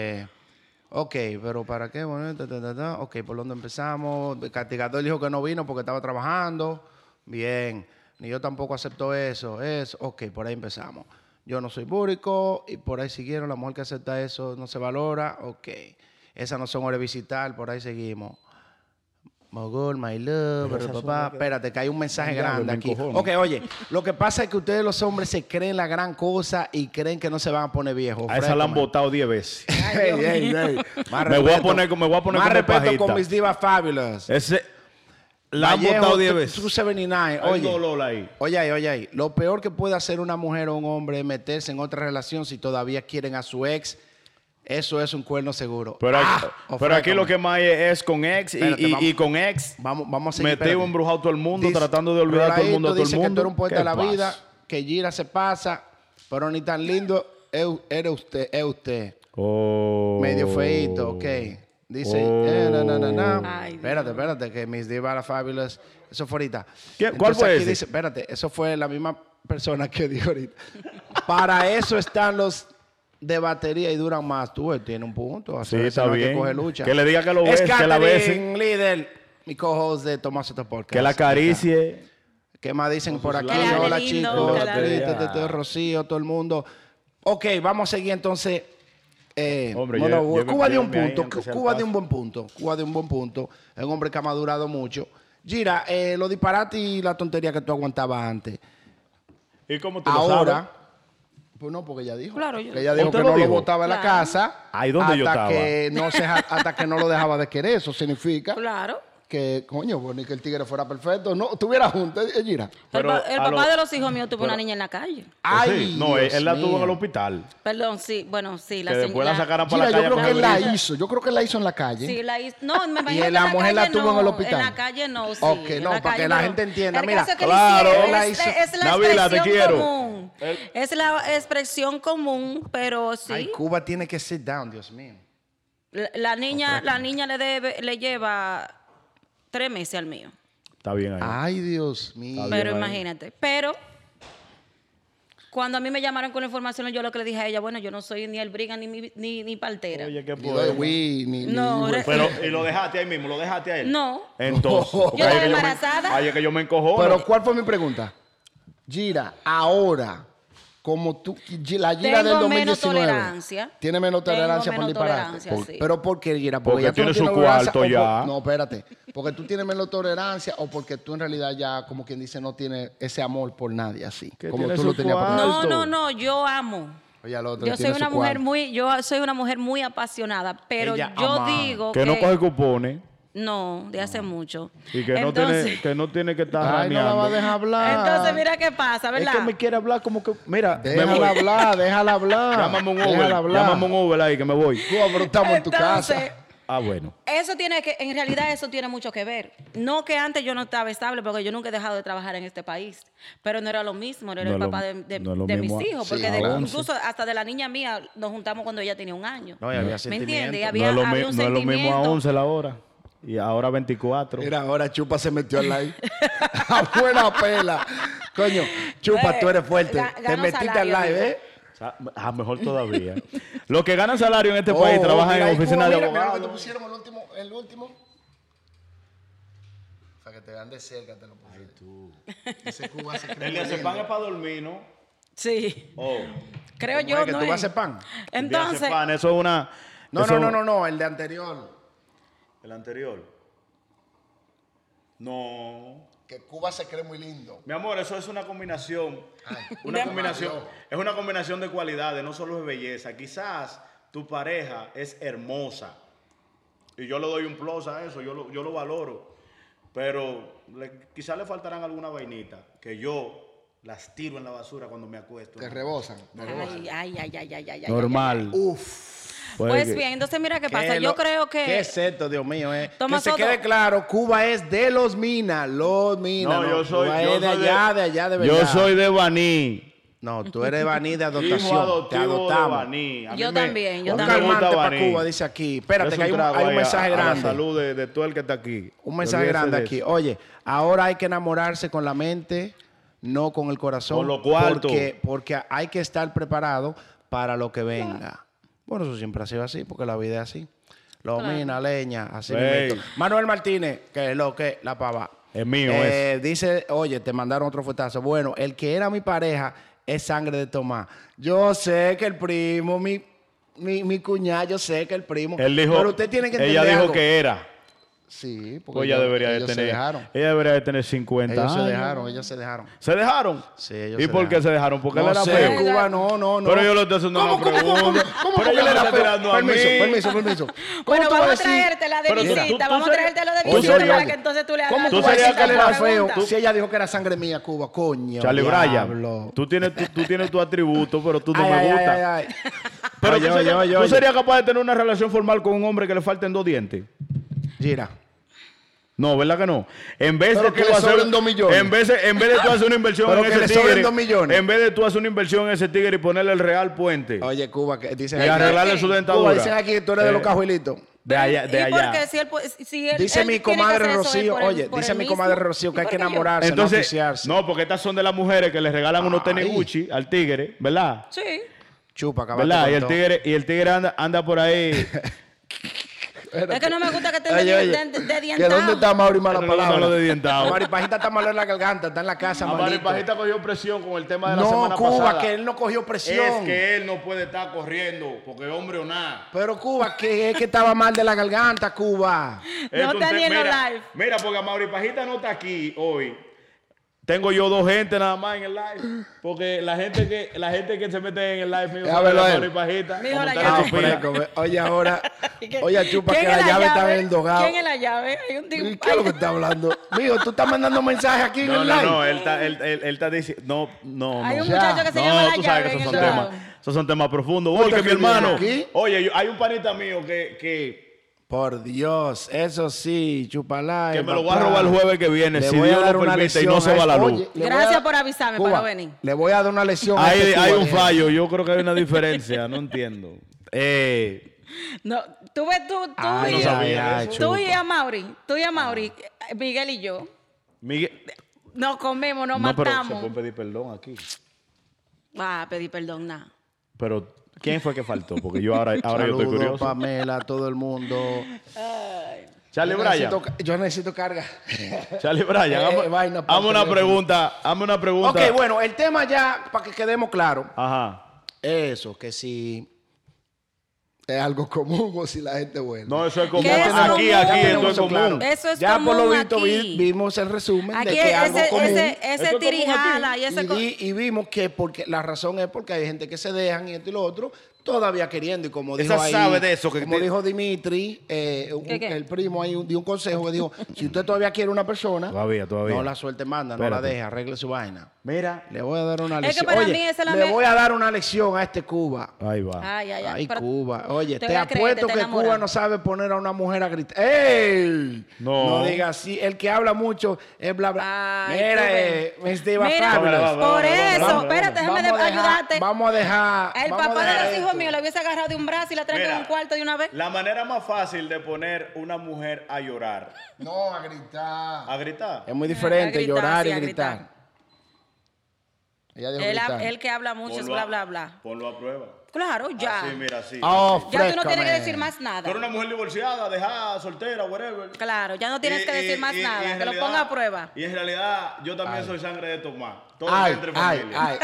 Ok, pero ¿para qué? Bueno, Ok, ¿por dónde empezamos? El castigador dijo que no vino porque estaba trabajando. Bien. Ni yo tampoco acepto eso. Ok, por ahí empezamos. Yo no soy búrico y por ahí siguieron. La mujer que acepta eso no se valora. Ok. Esas no son horas de visitar. Por ahí seguimos. Mogul, my love, pero papá. Espérate, que hay un mensaje Diablo, grande me aquí. encojono. Ok, oye, lo que pasa es que ustedes los hombres se creen la gran cosa y creen que no se van a poner viejos. A esa la han Fresco, votado 10 veces. man. Ey, ey, ey. Más Me voy a respeto. poner Más como respeto pajita. con mis divas fabulous. La han Vallejo, votado 10 veces. 279. Hay Oye, dolor ahí. oye. Lo peor que puede hacer una mujer o un hombre es meterse en otra relación si todavía quieren a su ex. Eso es un cuerno seguro. Pero, pero aquí Ofrécame. lo que más es con ex Espérate, y vamos. con ex. Vamos a seguir. Metido, espérate. embrujado todo el mundo, Dice- tratando de olvidar a todo el mundo. A todo el dice mundo. que tú eres un poeta ¿Qué de la pasa? vida, que Gira se pasa, pero ni tan lindo eres usted, es usted. Oh. Medio feíto, ok. Dice, Oh. Ay, Espérate, que mis divas la fabulous. Eso fue ahorita. ¿Qué? ¿Cuál Entonces fue aquí ese? dice, espérate, eso fue la misma persona que dijo ahorita. Para eso están los de batería y duran más. Tú tienes un punto. Sí, Hacer eso está no hay que bien. coger lucha. Que le diga que lo Es bese, que la bese. Catherine Líder, mi co-host de Tomás Soto Podcast. Que la acaricie. ¿Qué más dicen por aquí? Que le hable Hola, lindo, chicos. que le hable lindo. Rocío, todo el mundo. Ok, vamos a seguir entonces. Hombre, Bueno, lléveme Cuba dio un ahí, punto. aunque sea el Cuba paso. dio un buen punto. Cuba dio un buen punto. Es un hombre que ha madurado mucho. Gira, los disparates y la tontería que tú aguantabas antes. ¿Y cómo tú lo Ahora, sabes? pues no, porque ella dijo. Claro, yo- Que ella dijo ¿Usted que lo no lo dijo? botaba en la Claro. casa. Ahí donde yo hasta estaba. que no hasta que no lo dejaba de querer. Eso significa Claro. que, coño, pues ni que el tigre fuera perfecto. No, estuviera junto, Gira. Pero el a papá lo- de los hijos míos tuvo pero- una niña en la calle. Ay, no, Dios él la tuvo en el mío. hospital. Perdón, sí, bueno, sí. Que después la sacaran para Gira, la yo calle. creo a que él la coger grilla. hizo. Yo creo que él la hizo en la calle. Sí, la hizo. No, me imagino Y que la en mujer la calle tuvo en el no, hospital. En la calle no, sí. Ok, en no, la para que calle la no. gente entienda. El Mira, caso que le claro. hicieron La es, hizo- es la Nabila, te expresión quiero. común. Es la expresión común, pero sí. Ay, Cuba tiene que sit down, Dios mío. La niña le lleva 3 meses al mío. Está bien ahí. Ay, Dios mío. Está Pero bien ahí. imagínate. Pero cuando a mí me llamaron con la información, yo lo que le dije a ella, bueno, yo no soy ni el briga ni partera. Oye, qué Ni lo de poema. Wii, ni No, Pero, y lo dejaste ahí mismo, lo dejaste a él. No. Entonces. porque Yo ahí estoy es que me- embarazada. Ahí es que yo me encojono. Pero, ¿cuál fue mi pregunta? Gira, ahora, como tú, la Gira del Tengo 2019. menos tolerancia. Tiene menos Tengo tolerancia por menos disparate. tolerancia, sí. Pero ¿por qué, Gira? Porque ya tú tiene no su tienes tolerancia, cuarto o por- ya. No, espérate. Porque tú tienes menos tolerancia o porque tú en realidad ya, como quien dice, no tienes ese amor por nadie así. Que Como tiene tú su lo tenías por cuarto. No, no, yo amo. Oye, al otro Yo tiene soy su una mujer cuarto. yo soy una mujer muy apasionada, pero Ella yo ama. digo que no coge cupones. No, de hace mucho. Y que no tiene que estar Ay, no la va a dejar hablar. Entonces, mira qué pasa, ¿verdad? Es que me quiere hablar como que... Mira, me Déjala voy. hablar, déjala hablar. Llámame un Déjala Uber. hablar. Llámame un Uber ahí que me voy. Cuba, pero estamos en tu Entonces, casa. Ah, bueno. eso tiene que, en realidad eso tiene mucho que ver. No que antes yo no estaba estable, porque yo nunca he dejado de trabajar en este país, pero no era lo mismo, no era No el es lo- papá no es lo de mis mismo. hijos, Sí, porque claro. incluso hasta de la niña mía nos juntamos cuando ella tenía 1 año. No, y había ¿Me entiendes? Y sentimiento. había, no es había un no es lo mismo a sentimiento. 11 la hora. Y ahora 24. Mira, ahora Chupa se metió al live. A buena pela. Coño, Chupa, tú eres fuerte. Te Gano metiste al salario, live, amigo. ¿eh? Mejor todavía. Los que ganan salario en este país trabajan mira, en ahí, oficinas Cuba, de mira lo que te abogados. pusieron el último. Para que te vean de cerca, te lo pusieron. Tú. Ese Cuba se cree El muy de lindo. pan es para dormir, ¿no? Sí, Oh. creo ¿Cómo yo. es que no tú vas a es. hacer pan? Entonces, Diazepam, eso es una... No, eso- no, el de anterior. El anterior. No. Que Cuba se cree muy lindo. Mi amor, eso es una combinación. Una De- combinación. Es una combinación de cualidades, no solo es belleza. Quizás tu pareja es hermosa. Y yo le doy un plus a eso, yo lo valoro. Pero quizás le faltarán alguna vainita que yo las tiro en la basura cuando me acuesto. Te rebosan. ay. Normal. Uf. Pues bien, entonces mira qué pasa. Yo creo que... ¿Qué es esto, Dios mío? Toma Que se Soto. quede claro, Cuba es de los Minas, los Minas. No, yo soy, Cuba yo es de soy allá, de verdad. Yo soy de Baní. No, tú eres Baní de Hijo adaptación. Te adoptivo de adoptamos. Baní. A mí Yo también, yo Un a mí también. me gusta calmante para Baní. Cuba, dice aquí. Espérate, Es que hay un trago ahí mensaje a la grande. salud de todo el que está aquí. Un mensaje Olvídese grande de aquí. eso. Oye, ahora hay que enamorarse con la mente, no con el corazón. Con lo cuarto. Porque hay que estar preparado para lo que venga. Bueno, eso siempre ha sido así, porque la vida es así. Los Claro. minas, leña, así Ey. mismito. Manuel Martínez, que es lo que la pava. Es mío, Dice, oye, te mandaron otro fuetazo. Bueno, el que era mi pareja es sangre de Tomás. Yo sé que el primo, mi cuñada, yo sé que el primo. Él dijo, pero usted tiene que entender ella dijo algo. que era. Sí, porque Pues ella debería de ellos se tener. dejaron. Ella debería de tener 50 Ellos se años. dejaron, ellos se dejaron. ¿Se dejaron? Sí, ellos ¿Y se por qué dejaron. se dejaron? Porque él No era sé, feo. Cuba, no. Pero yo le estoy haciendo una pregunta. ¿Cómo Pero que ella él me era está feo? tirando a mí. Permiso. ¿Cómo Bueno, tú vas vamos a decir? traértela de Pero mira, visita, tú vamos a serías- traértela de tú visita serías- para que entonces tú le hagas ¿Cómo Tú tú vas a decir serías que él era capaz- feo pregunta. si ella dijo que era sangre mía, Cuba? Coño, Charlie diablo. Bryan, tú tienes tu atributo, pero tú no Ay, me ay, gusta. ay. Pero Oye, tú serías capaz de tener una relación formal con un hombre que le falten 2 dientes. Gira. No, ¿verdad que no? En vez Pero de que tú le hacer sobren 2 millones. en vez de tú hacer una inversión Pero en que ese le sobren tigre, 2 millones. en vez de tú hacer una inversión en ese tigre y ponerle el Real Puente Oye, Cuba, que dicen y aquí. arreglarle su Cuba, dentadura. dicen aquí que tú eres de los cajuelitos. De allá, de ¿Y por allá. qué? Si él, Dice él mi tiene que comadre hacer eso Rocío, por él- oye, por dice él mi mismo. comadre Rocío que ¿Y hay por que qué yo? enamorarse, no Entonces, oficiarse. no, porque estas son de las mujeres que le regalan unos tenis Ay. Gucci al tigre, ¿verdad? Sí. Chupa, acabaste ¿Verdad? con todo. Y el tigre anda por ahí. Es que no me gusta que estén Oye, oye, de ¿Que dónde está Mauri Mala Eso no lo Palabra? de dientado. Maripajita está malo en la garganta, está en la casa, A manito. Maripajita cogió presión con el tema de la No, semana Cuba, pasada. que él no cogió presión. Es que él no puede estar corriendo, porque hombre o nada. Pero Cuba, que es que estaba mal de la garganta, Cuba. No está ni en los mira, live. Mira, porque Mauripajita no está aquí hoy. Tengo yo 2 gente nada más en el live. Porque la gente que se mete en el live mío Ya, sabe verlo de a él. Mauripajita. Mijo, como la está llave. en Ah, su pila. fresco, ve. Oye, ahora. Oye, Chupa, ¿Quién que es la llave está en el dogado. ¿Quién es la llave? Hay un tipo. ¿Y ¿Qué es lo que está hablando? Mijo, tú estás mandando mensajes aquí en No, el no, live. no, él está diciendo. No. Hay un Ya. muchacho que se llama No, la tú llave. sabes que en esos el son lado. temas. Esos son temas profundos. ¿Tú Porque estás mi hermano. aquí? Oye, hay un panita mío que Por Dios, eso sí, Chupalá. me lo voy a robar el jueves que viene. Le Si voy a Dios dar lo una permite y lección no se a va este- la luz. Oye, le voy a Gracias dar- por avisarme Cuba, para no venir. Le voy a dar una lección a Hay este un Cuba, dije. fallo. Yo creo que hay una diferencia. No entiendo. No, tú ves tú Ay, y no sabía ay, tú y Chupa. a Mauri, Miguel y yo, Miguel. nos comemos, nos No, pero se matamos. pueden pedir perdón aquí. Pedir perdón, nada. Pero, ¿quién fue que faltó? Porque yo ahora yo estoy Saludos, curioso. Pamela, todo el mundo. Charlie Bryan. Yo necesito carga. Charlie Bryan, vaina para hazme una teléfono. pregunta. Hazme una pregunta. Ok, bueno, el tema ya, para que quedemos claros. Ajá. Eso, que si... Es algo común o si la gente es buena. No, eso es común. ¿Qué es Aquí, común? aquí, Tenemos esto es eso común. claro. Eso es ya por lo común visto aquí. vimos el resumen Aquí de que es algo común. ese ¿Esto es común tirijala y ese... Y vimos que porque la razón es porque hay gente que se dejan y esto y lo otro, todavía queriendo. Y como dijo Esa ahí, sabe de eso, que como te- dijo Dimitri, ¿Qué? el primo ahí dio un consejo que dijo, si usted todavía quiere una persona, Todavía. no la suelte manda, no la Espérate. deje, arregle su vaina. Mira. Le voy a dar una Es que lección. para Oye, mí esa es la le me- voy a dar una lección a este Cuba. Ahí va. Ay, ay, ay. Ay, Pero Cuba. Oye, te te voy a creer, apuesto te que enamoras. Cuba no sabe poner a una mujer a gritar. ¡Ey! No. No diga así. El que habla mucho es bla, bla. Ay, Mira, tú ves. Mr. Mira, Fabulous. por eso, vamos, espérate, déjame Vamos a dejar- ayudarte. Vamos a dejar. El vamos a papá de dejar los hijos esto. míos lo hubiese agarrado de un brazo y la traen en Mira. un cuarto de una vez. La manera más fácil de poner una mujer a llorar, No, a gritar. a gritar. Es muy diferente A gritar, llorar sí, y a gritar. gritar. Ella dijo Él, gritar. él que habla mucho es bla, bla, bla. Ponlo a prueba. Claro, ya. Así, mira, así. Oh, Ya tú no tienes que frescame. decir más Tú nada. eres una mujer divorciada, dejada, soltera, whatever. Claro, ya no tienes que decir más y nada. en Que lo realidad- ponga a prueba. Y en realidad, yo también soy sangre de Tomás. Todo Ay, entre ay, familia.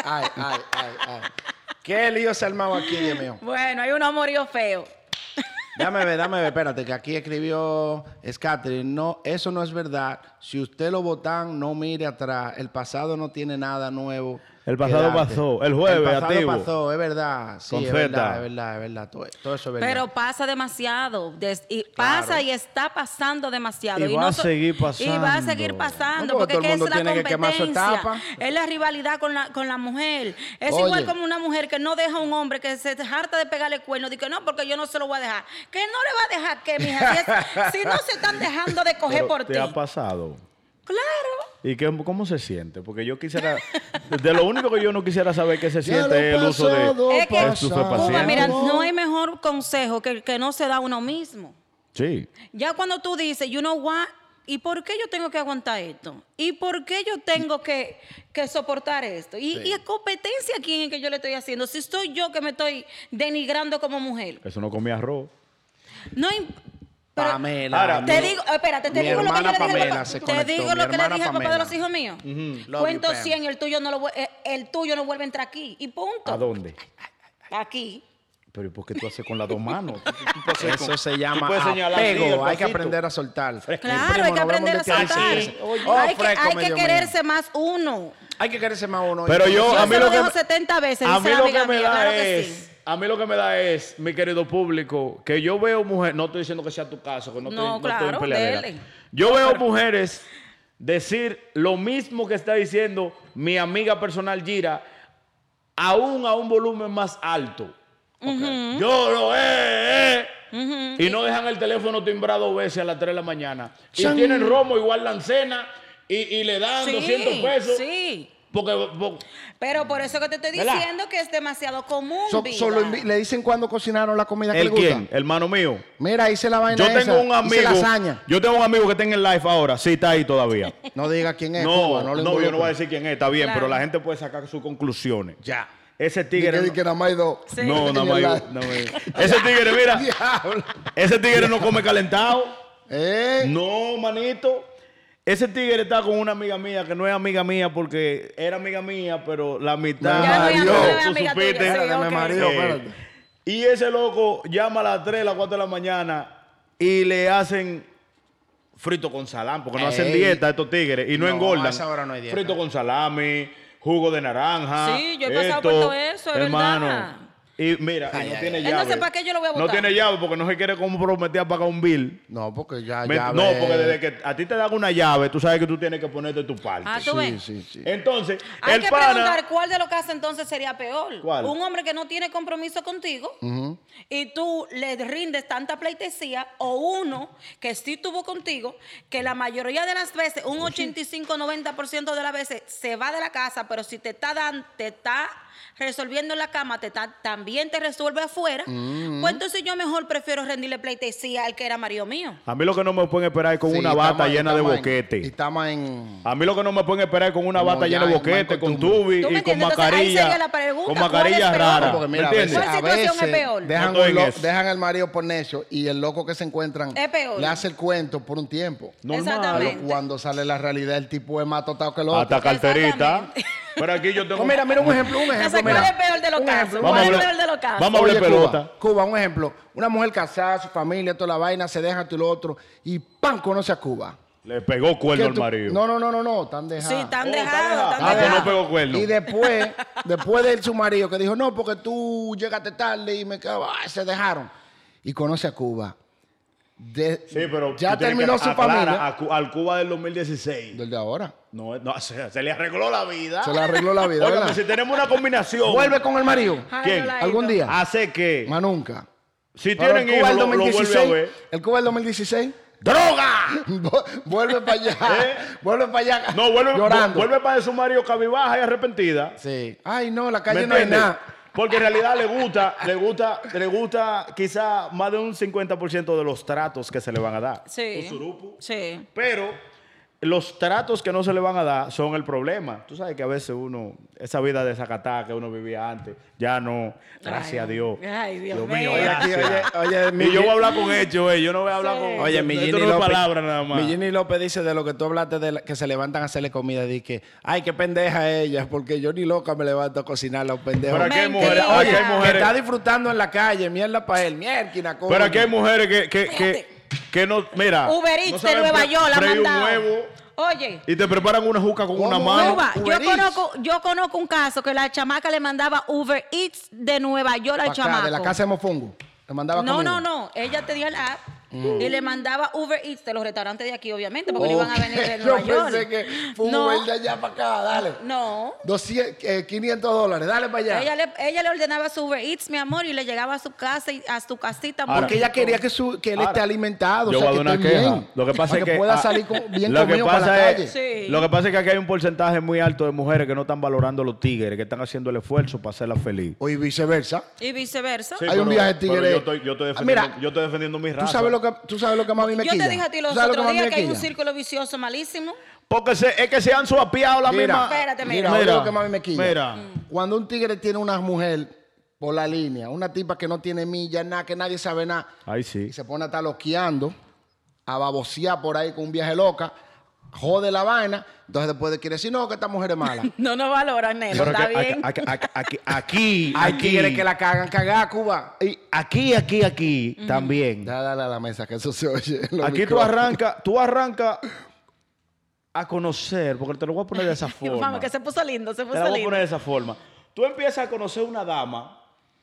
ay. ¿Qué lío se ha armado aquí, Dios mío? Bueno, hay un amorío feo. Dame ver, espérate, que aquí escribió Scattery. No, eso no es verdad. Si usted lo votan, no mire atrás. El pasado no tiene nada nuevo. El pasado que darte. pasó, el jueves, El pasado activo. pasó, es verdad. Sí, Con es Z. verdad, es verdad. Todo eso es verdad. Pero pasa demasiado. Pasa y está pasando demasiado. Y va a seguir Y va a seguir pasando. pasando. No, porque porque todo el ¿qué es mundo la tiene que quemar su competencia? etapa. Es la rivalidad con la mujer. Es Oye. igual como una mujer que no deja a un hombre que se harta de pegarle cuernos. Dice no, porque yo no se lo voy a dejar. Que no le va a dejar que, mija. Si no se están dejando de coger Pero por ¿te ti. ha pasado? Claro. ¿Y cómo se siente? Porque yo quisiera... De lo único que yo no quisiera saber qué se Ya siente lo es el uso pasado, de Es que- estupefacientes. Cuba, mira, no hay mejor consejo que no se da uno mismo. Sí. Ya cuando tú dices, you know what, ¿y por qué yo tengo que aguantar esto? ¿Y por qué yo tengo que soportar esto? ¿Y a competencia a quién es que yo le estoy haciendo? Si soy yo que me estoy denigrando como mujer. Eso no comía arroz. No pero Pamela. Ahora, te digo, espérate, te mi digo lo que yo hermana le dije al Pamela papá. se Te conectó, digo mi lo que le hermana dije al papá de Pamela. los hijos míos. Love Cuento you, Pam. 100, el tuyo no vuelve a entrar aquí. Y punto. ¿A dónde? Aquí. Pero ¿y por qué tú haces con las dos manos? Tú haces Eso con- se tú llama puedes señalar así, el apego. Hay que pasito. aprender a soltar. Claro, Primo, hay que nos vemos aprender a de que hay soltar. que- Hay Oh, que, fresco, hay que medio quererse más uno. Hay que quererse más uno. Pero yo, Yo a mí se lo lo que dejo me- 70 veces, a dice mí la lo amiga que me mía, da claro que es, sí. a mí lo que me da es, mi querido público, que yo veo mujeres, no estoy diciendo que sea tu caso, que no, No, estoy en claro, peleadera. dele. Yo veo mujeres decir lo mismo que está diciendo mi amiga personal Gira, aún a un volumen más alto. Yo lo y no dejan el teléfono timbrado 2 veces a las 3 de la mañana. Y Chan. tienen romo igual la cena y le dan 200 pesos. Sí. Porque Pero por eso que te estoy ¿Verdad? diciendo que es demasiado común. vida. Solo le dicen cuando cocinaron la comida que ¿el le gusta. quién? Hermano mío. Mira, hice la vaina Yo tengo esa, un hice amigo. lasaña. Yo tengo un amigo que está en el live ahora. Sí, está ahí todavía. No diga quién es. No, Cuba, no, le yo no involucre. voy a decir quién es, está bien, Claro. pero la gente puede sacar sus conclusiones. Ya. Ese Di tigre. que nada más hay dos. Sí. No, nada En más. el hay- no, ese tigre, mira. Diablo. Ese tigre no come calentado. ¿Eh? No, manito. Ese tigre está con una amiga mía que no es amiga mía porque era amiga mía, pero la mitad. Ya no es amiga, Tú no es amiga supiste. tuya, sí, Espérate, me ok. mareó, Eh, espérate. Y ese loco llama a las 3, las 4 de la mañana y le hacen frito con salami, porque no hacen Ey. dieta estos tigres y no, No, engordan. a esa hora no hay dieta. Frito con salami, jugo de naranja. Sí, yo he pasado por todo eso, es hermano. verdad. Y mira, y no tiene llave. Entonces, ¿para qué yo lo voy a No botar? tiene llave porque no se quiere comprometer a pagar un bill. No, porque ya, No, porque desde que a ti te dan una llave, tú sabes que tú tienes que ponerte tu parte. Ah, tú ves. Sí. Entonces, Hay el que pana... preguntar cuál de los casos entonces sería peor. ¿Cuál? Un hombre que no tiene compromiso contigo y tú le rindes tanta pleitesía, o uno que sí tuvo contigo, que la mayoría de las veces, un 85-90% de las veces, se va de la casa, pero si te está resolviendo en la cama, también te resuelve afuera, pues entonces yo mejor prefiero rendirle pleitesía al que era marido mío. A mí lo que no me pueden esperar es con Sí, una bata estamos- llena de estamos en- boquete. Estamos en... A mí lo que no me pueden esperar es con una Como bata ya llena de en boquete, con Michael Tubo. tubi ¿Tú me y con entiendes? Entonces, ahí mascarilla. sería la pregunta, Con ¿cuál mascarilla es peor? rara. Porque mira, ¿Me a veces, entiendes? ¿Cuál situación es peor? Dejan, No estoy en un eso. dejan al marido por necio y el loco que se encuentran Es peor. le hace el cuento por un tiempo. Normal. Exactamente. Cuando sale la realidad, el tipo es más totado que el otro. Hasta carterita. Exactamente. Pero aquí yo tengo... No, mira un ejemplo. Entonces, mira. ¿cuál es peor de los Un casos? ejemplo. Vamos ¿Cuál a es hablar- peor de los casos? Vamos a hablar Oye, pelota. Cuba, un ejemplo. Una mujer casada, su familia, toda la vaina, se deja esto y lo otro, y ¡pam! Conoce a Cuba. Le pegó cuerno al marido. No, están dejados. Sí, están Oh, está dejados, dejado. están Ah, que no dejados. pegó cuerno. Y después de su marido que dijo, no, porque tú llegaste tarde y me quedo, se dejaron. Y conoce a Cuba. Sí, pero ya tú tienes terminó que su aclarar familia. al Cuba del 2016. Del de ahora. No, se le arregló la vida. Se le arregló la vida, Oiga, ¿verdad? si tenemos una combinación. Vuelve con el marido. Ay, ¿Quién? Yoladito. ¿Algún día? Hace que Más nunca. si Pero tienen el Cuba hijos, del lo vuelve a ver. El Cuba del 2016. ¡Droga! Vuelve para allá. ¿Eh? Vuelve para allá. No, llorando. vuelve para su marido cabibaja y arrepentida. Sí. Ay, no, la calle ¿Me no hay entiendes? nada. Porque en realidad le gusta quizá más de un 50% de los tratos que se le van a dar. Sí. Un surupu. Sí. Pero los tratos que no se le van a dar son el problema. Tú sabes que a veces esa vida de zacatá que uno vivía antes, ya no, gracias Ay, a Dios. ay, Dios mío, mío. Oye, aquí, gracias. oye, Y yo voy a hablar con hechos, yo no voy a hablar Sí. con... Oye, mi esto Ginny no es López. palabra nada más. Mi Ginny López dice de lo que tú hablaste que se levantan a hacerle comida. Dice que, ay, qué pendeja ella, porque yo ni loca me levanto a cocinar a los pendejos. Pero aquí hay Mentira. mujeres... Oye, aquí hay que mujeres está disfrutando en la calle, mierda para él, mierda, pero aquí hay mujeres que no... Mira... Uber no Eats de saben Nueva York la freír un mandado. huevo Oye, y te preparan una juca con una ¿Cómo? mano. Cuba, Uber Eats. yo conozco un caso que la chamaca le mandaba Uber Eats de Nueva York al Pa' acá, chamaco. de la casa de Mofongo. Le mandaba No, comida. no. Ella tenía el app y le mandaba Uber Eats de los restaurantes de aquí, obviamente, porque no iban a venir de Yo Nueva York. pensé que fue un No. Uber de allá para acá, dale. No. 500 dólares, dale para allá. Ella le ordenaba su Uber Eats, mi amor, y le llegaba a su casa y a su casita. Ahora, Porque ella quería que él Ahora, esté alimentado, yo o sea, voy a que dar esté una queja. bien. Lo que pasa para es que pueda salir bien lo que comido para la pasa calle. es, Sí. lo que pasa es que aquí hay un porcentaje muy alto de mujeres que no están valorando a los tigres, que están haciendo el esfuerzo para hacerla feliz. O y viceversa. Y viceversa. Sí, Hay un viaje pero tigre. yo estoy defendiendo, Mira, yo estoy defendiendo mi raza. ¿Tú sabes lo que más a mí me Yo quilla? te dije a ti los ¿Tú sabes lo otros más me días que hay un quilla? círculo vicioso malísimo. Porque es que se han suapiado la Mira, misma. Espérate, Mira, mira. oye lo que más a mí me quilla. Mira. Cuando un tigre tiene una mujer por la línea, una tipa que no tiene millas, nada, que nadie sabe nada, Ahí y sí. se pone a estar loqueando, a babosear por ahí con un viaje loca, jode la vaina, entonces después quiere decir, no, que esta mujer es mala. No nos valoran, neno. Pero Está que bien. aquí, Hay tigres que la cagan cagada, Cuba. y aquí también. Dale a la mesa, que eso se oye. en los Aquí tú micrófonos. arrancas a conocer, porque te lo voy a poner de esa forma. Vamos, que se puso lindo, se Te la puso voy a lindo. poner de esa forma. Tú empiezas a conocer una dama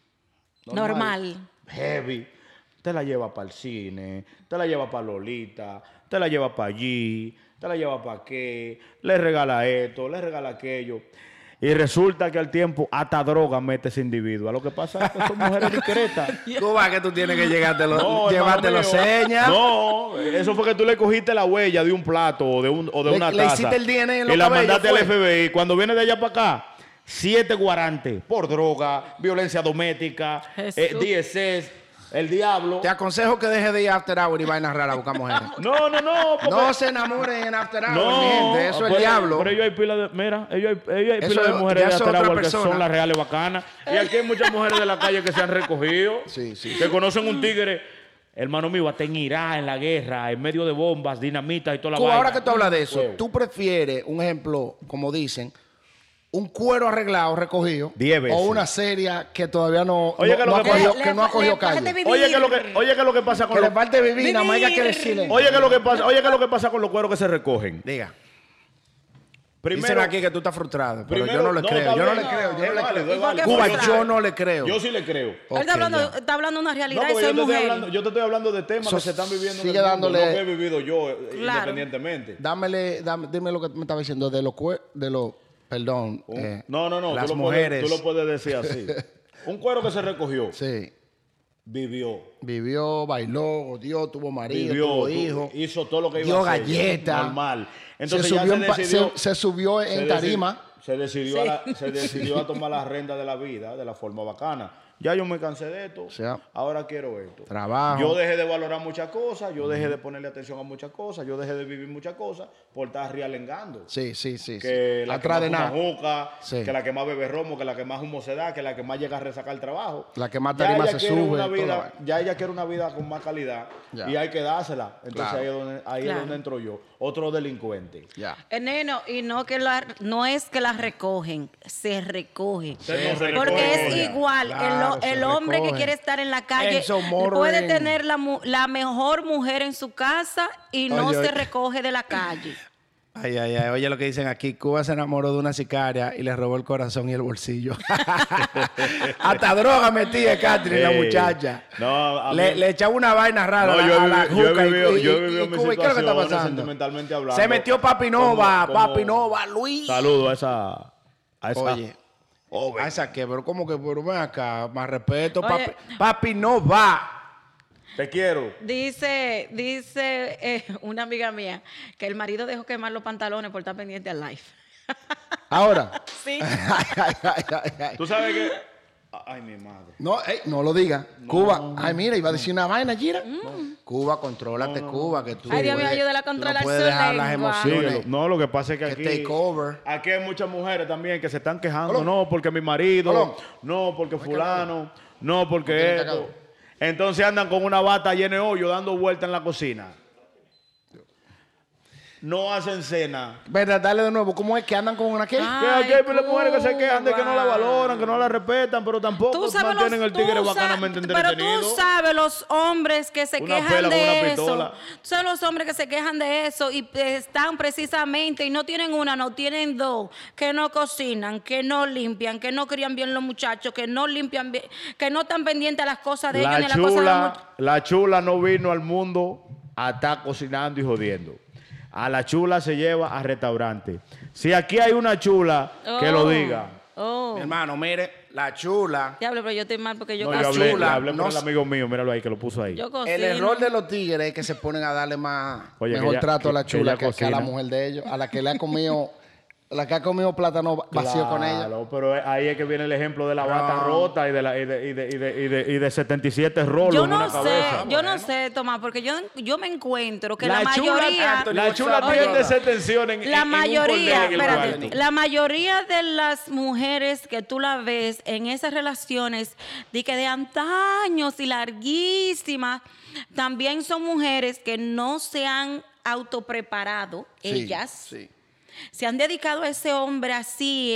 Normal. heavy. Te la lleva para el cine, te la lleva para Lolita, te la lleva para allí, te la lleva para qué, le regala esto, le regala aquello. Y resulta que al tiempo hasta droga mete ese individuo. Lo que pasa es que son mujeres discretas. Cuba, que tú tienes que No, llevártelo hermano mío. señas. No, eso fue que tú le cogiste la huella de un plato o de una Le taza. hiciste el DNA en los y la cabellos, mandaste al fue. FBI. Cuando viene de allá para acá, 7 guarantes por droga, violencia doméstica, Jesús. DSS, el diablo. Te aconsejo que dejes de ir a After Hour y vainas raras a buscar mujeres. No. porque- No se enamoren en After Hour, No, mi gente. Eso es pero- el diablo. Pero ellos hay pila de. Mira, ellos hay Eso pila de es- mujeres ya de es After otra Hour que persona. son las reales bacanas. Y aquí hay muchas mujeres de la calle que se han recogido. Sí, sí. Que conocen un tigre. Hermano mío, hasta en Irak, en la guerra, en medio de bombas, dinamitas y toda la Cuba, vaina. ahora que tú hablas de eso, Huevo. ¿tú prefieres, un ejemplo, como dicen, un cuero arreglado, recogido, 10 veces. o una serie que todavía no, Oye, que lo ha que cogido, pasa- que no ha cogido le falta calle? vivir. Oye, que lo que pasa con Que le los... falte vivir, nada más ella quiere Vivir. decirle. Oye, que lo que pasa con los cueros que se recogen. Diga. Primero, Dicen aquí que tú estás frustrado, pero primero- yo no le creo. está Yo no bien. le creo. Yo no Es le válido, creo. es válido. ¿Por Cuba, qué Yo- yo no le creo. Yo sí le creo. Él está hablando, ya. está hablando de una realidad No, y porque soy mujer. yo te estoy hablando de temas que se están viviendo sigue en el mundo, dándole- no que he vivido yo Claro. independientemente. Dime lo que me estaba diciendo de los, perdón. No, las tú mujeres. Tú lo puedes decir así. Un cuero que se recogió, Sí. vivió. Vivió, bailó, dio, tuvo marido, Vivió, tuvo hijo. hizo todo lo que iba dio a hacer. galleta. Normal. Se Entonces subió, ya en se subió en tarima. Se decidió a tomar la renda de la vida de la forma bacana. Ya yo me cansé de esto. sea, ahora quiero esto. trabajo. Yo dejé de valorar muchas cosas. Yo dejé de ponerle atención a muchas cosas. Yo dejé de vivir muchas cosas por estar realengando. Sí. Que la Atrás que de más nada. fuma juca, Sí. que la que más bebe romo, que la que más humo se da, que la que más llega a resacar el trabajo. La que más Ya tarima ella se quiere sube, una toda la vida, vaina. ya ella quiere una vida con más calidad Ya. y hay que dársela. Entonces Claro. ahí es Claro. donde entro yo. Otro delincuente. Ya. Neno, y no es que las recogen, se recoge. Se nos Porque recoge. es igual el el se hombre que recoge. quiere estar en la calle Enzo Morren. puede tener la mejor mujer en su casa y no Oye, se oye. recoge de la calle. Ay, ay, ay. Oye lo que dicen aquí. Cuba se enamoró de una sicaria y le robó el corazón y el bolsillo. Hasta droga metía Catherine, la Ey, muchacha. no, a le, mí- le echaba una vaina rara No, a la yo he juca y- vivido, y- yo he y- vivido y mis Cuba, ¿y qué es lo que está situaciones pasando? sentimentalmente hablando. Se metió Papi Nova, como- Papi Nova, Luis. Saludo a esa. Oye, joven. a esa que, pero como que, pero ven acá, más respeto, Oye. Papi Nova. Te quiero. Dice una amiga mía que el marido dejó quemar los pantalones por estar pendiente al live. Ahora. Sí. Ay, ay, ay, ay, ay. Tú sabes que. Ay, mi madre. No, no lo diga. Cuba. Ay, mira, iba a decir una vaina, Gira. Cuba, contrólate, Cuba, que tú. Ay, Dios mío, puedes- ayúdala a tú controlar no puedes su dejar las lengua. emociones. Síguelo. No, lo que pasa es que Que aquí. take over. Aquí hay muchas mujeres también que se están quejando. Colón. No, porque mi marido. Colón. No, porque que fulano. No, ¿Por porque qué no te esto. acabo? Entonces andan con una bata llena de hoyo dando vueltas en la cocina. No hacen cena. Verdad, dale de nuevo. ¿Cómo es que andan con una qué? Ah. Que Ay, aquí hay mujeres que se quejan de que no la Cuba. valoran, que no la respetan, pero tampoco Tú sabes mantienen el tigre tú bacanamente sa- Pero entretenido. tú sabes los hombres que se Una quejan pela con una de pistola. eso. Tú sabes los hombres que se quejan de eso y están precisamente y no tienen una, no tienen dos, que no cocinan, que no limpian, que no crían bien los muchachos, que no limpian bien, que no están pendientes a las cosas de ellos ni a las cosas de los muchachos. La chula no vino al mundo a estar cocinando y jodiendo. A la chula se lleva a restaurante. Si aquí hay una chula, que lo diga. Oh. Mi hermano, mire, la chula. Diablo, pero yo estoy mal porque yo No, yo cocino. hablé, chula, hablé no con el sé. amigo mío, míralo ahí, que lo puso ahí. Yo cocino. El error de los tigres es que se ponen a darle más Oye, que mejor ella- trato a la que chula ella que a la cocina. mujer de ellos, a la que le ha comido, la que ha comido plátano vacío con ella. Claro, pero ahí es que viene el ejemplo de la bata rota y de 77 rolos Yo en no una sé, cabeza. yo no sé, Tomás, porque yo me encuentro que la, La chula, mayoría... la chula Oye, tiende esa tensión en La un mayoría, cordel en el espérate, cuarto. la mayoría de las mujeres que tú la ves en esas relaciones de antaños y larguísimas, también son mujeres que no se han autopreparado, Sí, ellas. sí. Se han dedicado a ese hombre así,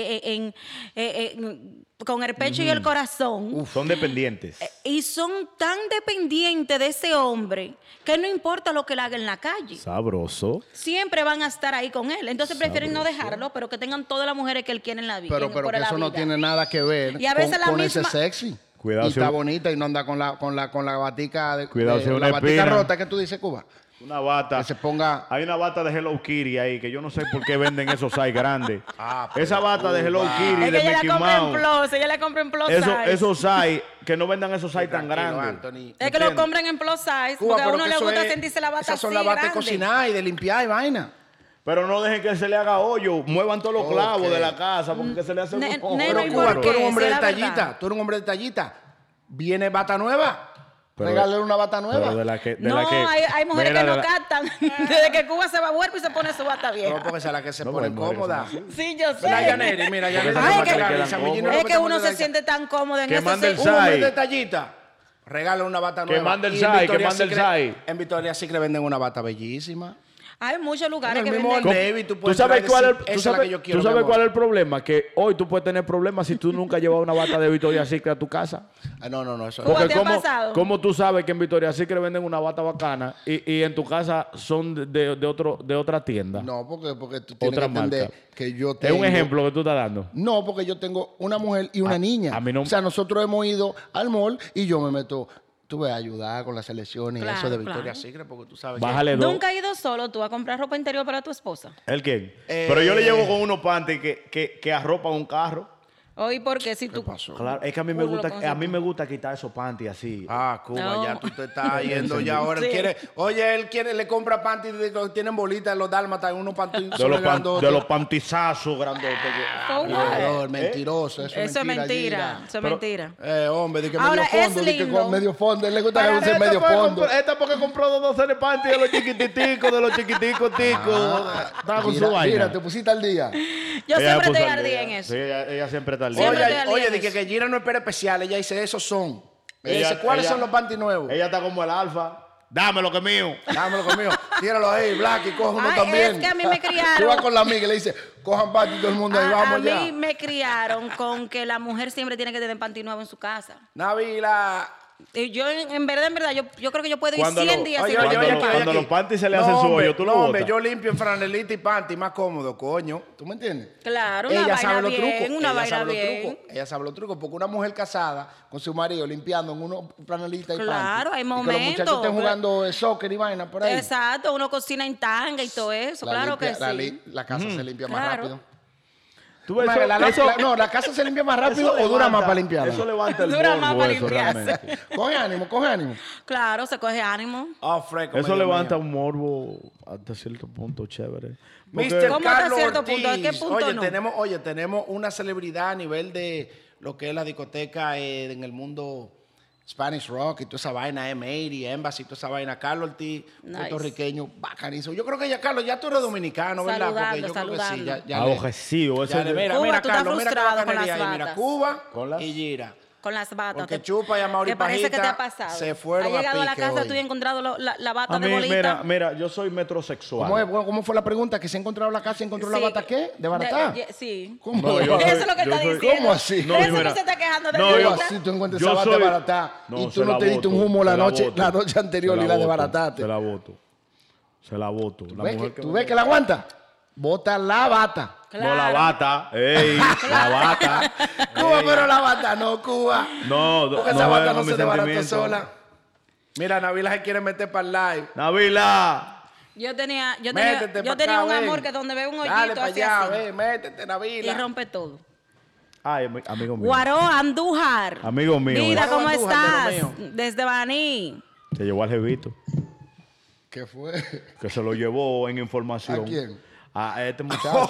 con el pecho y el corazón. Son dependientes. Y son tan dependientes de ese hombre que no importa lo que le haga en la calle. Sabroso. Siempre van a estar ahí con él. Entonces prefieren no dejarlo, pero que tengan todas las mujeres que él quiere en la vida. Pero por que la eso no vida. tiene nada que ver Y a veces la con ese misma- sexy. Cuidado y si está un- bonita y no anda con la batica de, Cuidado si de- una la batica espina. rota que tú dices, Cuba. Una bata. Que se ponga. Hay una bata de Hello Kitty ahí que yo no sé por qué venden esos size grandes. pero Esa bata de Hello Cuba. Kitty Es que de ella Mickey la compra en Mouse. plus, ella la compra en plus size. Esos size, que no vendan esos size tan Tranquilo, grandes. Anthony. Es que lo ¿Entiendes? compran en plus size Cuba, porque a pero uno que le eso gusta es- sentirse la bata esas son así las batas de grande. cocinar y de limpiar y vaina. Pero no dejen que se le haga hoyo. Muevan todos los clavos Ok. de la casa porque se le hace un Ne- ojo. nena, Pero ¿y Cuba, por tú qué? eres un hombre Si de es la verdad. tallita. Tú eres un hombre de tallita. Viene bata nueva. Pero Regálale una bata nueva. Pero de la que, de No, la que, hay mujeres mira, que de no la- captan. Desde que Cuba se va vuelve y se pone su bata No, vieja. porque esa es la que se No, pone pero hay mujeres cómoda. que son Sí, yo sé. La Yaneri, mira, Yaneri. esas Ay, son que- las que Ay, quedan San cómodas. Bellino Es lo que uno manda se siente tan cómodo en Que eso. mande el Un hombre size. de tallita. Regala una bata Que nueva. mande el Y en size, que Victoria's mande el Secret- size. En Victoria sí que le venden una bata bellísima. Hay muchos lugares En que el mismo venden. Navy tú ¿Tú puedes sabes entrar y cuál decir, es, esa tú es la sabes- que yo quiero, tú mi sabes amor. cuál es el problema? Que hoy tú puedes tener problemas si tú nunca has llevado una bata de Victoria's Secret a tu casa. Ah, no, eso Cuba, Porque ¿te ha pasado? ¿cómo tú sabes que en Victoria's Secret venden una bata bacana y en tu casa son de otra tienda? No, porque tú tienes Otra que entender marca. que yo Es tengo... un ejemplo que tú estás dando. No, porque yo tengo una mujer y una niña. a mí no- O sea, nosotros hemos ido al mall y yo me meto... Tú ves a ayudar con las selecciones y Claro, eso de claro. Victoria's Secret, porque tú sabes Bájale dos. Nunca has ido solo tú a comprar ropa interior para tu esposa. ¿El qué? Pero yo le llevo con unos panties que arropan un carro. Hoy porque si tú... pasó? Claro, es que a mí me Uno lo gusta, a mí consigue. me gusta quitar esos panties así. Ah, Cuba, No. ya tú te estás yendo ya ahora. Sí. Él quiere, le compra panties que tienen bolitas, los dálmatas, unos panties de los pantizazos grandotes. For what? Mentiroso, Eso es mentira. Eso es Pero- mentira. Hombre, de que Ahora, medio fondo, es de que lindo. con medio fondo. Él le gusta que Para- use medio fondo. Esta porque compró dos docenas de panties de los chiquititicos, ticos. Estaba con su vaina. Mira, te pusiste al día. Yo Ella siempre puso estoy al ardía día. en eso. Sí, ella siempre está al día. Siempre Oye, estoy al día en de eso. que Gira no espera especial. Ella dice, esos son. Ella- Dice, ¿cuáles ella- son los panties nuevos? Ella está como el alfa. Dame lo que es mío. Dámelo conmigo. Tíralo ahí, Black, y coge uno Ay, también. es que a mí me Tú criaron. vas con la amiga y le dices, cojan parte y todo el mundo ahí, vamos A allá. mí me criaron con que la mujer siempre tiene que tener panty nuevo en su casa. Navila. Y yo, en verdad, yo creo que yo puedo ir Cuando 100 lo- días Oye, sin oye, cambiar oye, panty. oye, cuando aquí. los panties se le hacen su hoyo, tú lo no, hombre, botas. yo limpio en franelita y panty, más cómodo, coño. ¿Tú me entiendes? Claro, una Ella vaina sabe los bien, trucos. una ella vaina sabe los bien. trucos. Ella sabe los trucos. Porque una mujer casada con su marido limpiando en unos franelitas y panty. Claro, hay Y que los momentos. muchachos estén jugando soccer y vaina por ahí. Exacto, uno cocina en tanga y todo eso, La claro limpia- que la sí. li- La casa se limpia más Claro. rápido. ¿Tú ves No, la casa se limpia más rápido eso o dura más levanta- para limpiarla. Eso levanta el Dura más morbo, para eso limpiarse. realmente. Coge ánimo, coge ánimo. Claro, se coge ánimo. Oh, fresco. Eso medio levanta mío. un morbo hasta cierto punto chévere. Mr. Porque- ¿Cómo hasta Carlos cierto punto? ¿A qué Ortiz. punto Oye, no? tenemos una celebridad a nivel de lo que es la discoteca en el mundo Spanish Rock y toda esa vaina, M80, Embassy, toda esa vaina. Carlos Ortiz, Nice. puertorriqueño, bacanísimo. Yo creo que ya, Carlos, ya tú eres dominicano, ¿verdad? Porque Saludando, yo creo que sí. saludando. Ya le- Aborrecido. ya le- mira, Cuba, mira, tú estás Carlos, mira qué frustrado con bacanería las ahí. Mira, batas. Cuba Con las- y Gira. Con las batas. Porque Chupa y Amaury ¿Te parece que te Pajita ha pasado? se fueron Ha a llegado a la pique casa hoy. tú y has encontrado la bata A de mí, bolita. mira, yo soy metrosexual. ¿Cómo fue la pregunta? ¿Que se ha encontrado la casa y encontró la Sí. bata qué? ¿De barata? Sí. ¿Cómo? No, yo Eso soy- es lo que yo está soy- diciendo. ¿Cómo así? No, Eso mira, no se está quejando de no, la yo- bolita. Así tú encuentras Yo esa bata de soy- barata no, y se tú no la te diste un boto, humo se la boto. la noche anterior y la boto, desbarataste. Se la voto. Se la voto. La ¿Ves mujer que- ¿Tú ves que la aguanta? Bota la bata. No, la Claro. bata. Ey, la bata. Cuba, Ey. pero la bata no, Cuba. No, Porque no esa bata jueguen no con se mis desbarató sentimientos. sola. Mira, Navila se quiere meter para el live. Navila. Yo tenía Métete pa' acá, un ven. amor que donde veo un hoyito Dale para hace allá, así. ve, métete, Y Navila. rompe todo. Ay, amigo mío. Guaró, Andújar. Amigo mío. Vida, Guaró ¿cómo Andújar, de lo estás? mío. Desde Baní. Se llevó al jevito. ¿Qué fue? Que se lo llevó en información. ¿A quién? A este muchacho.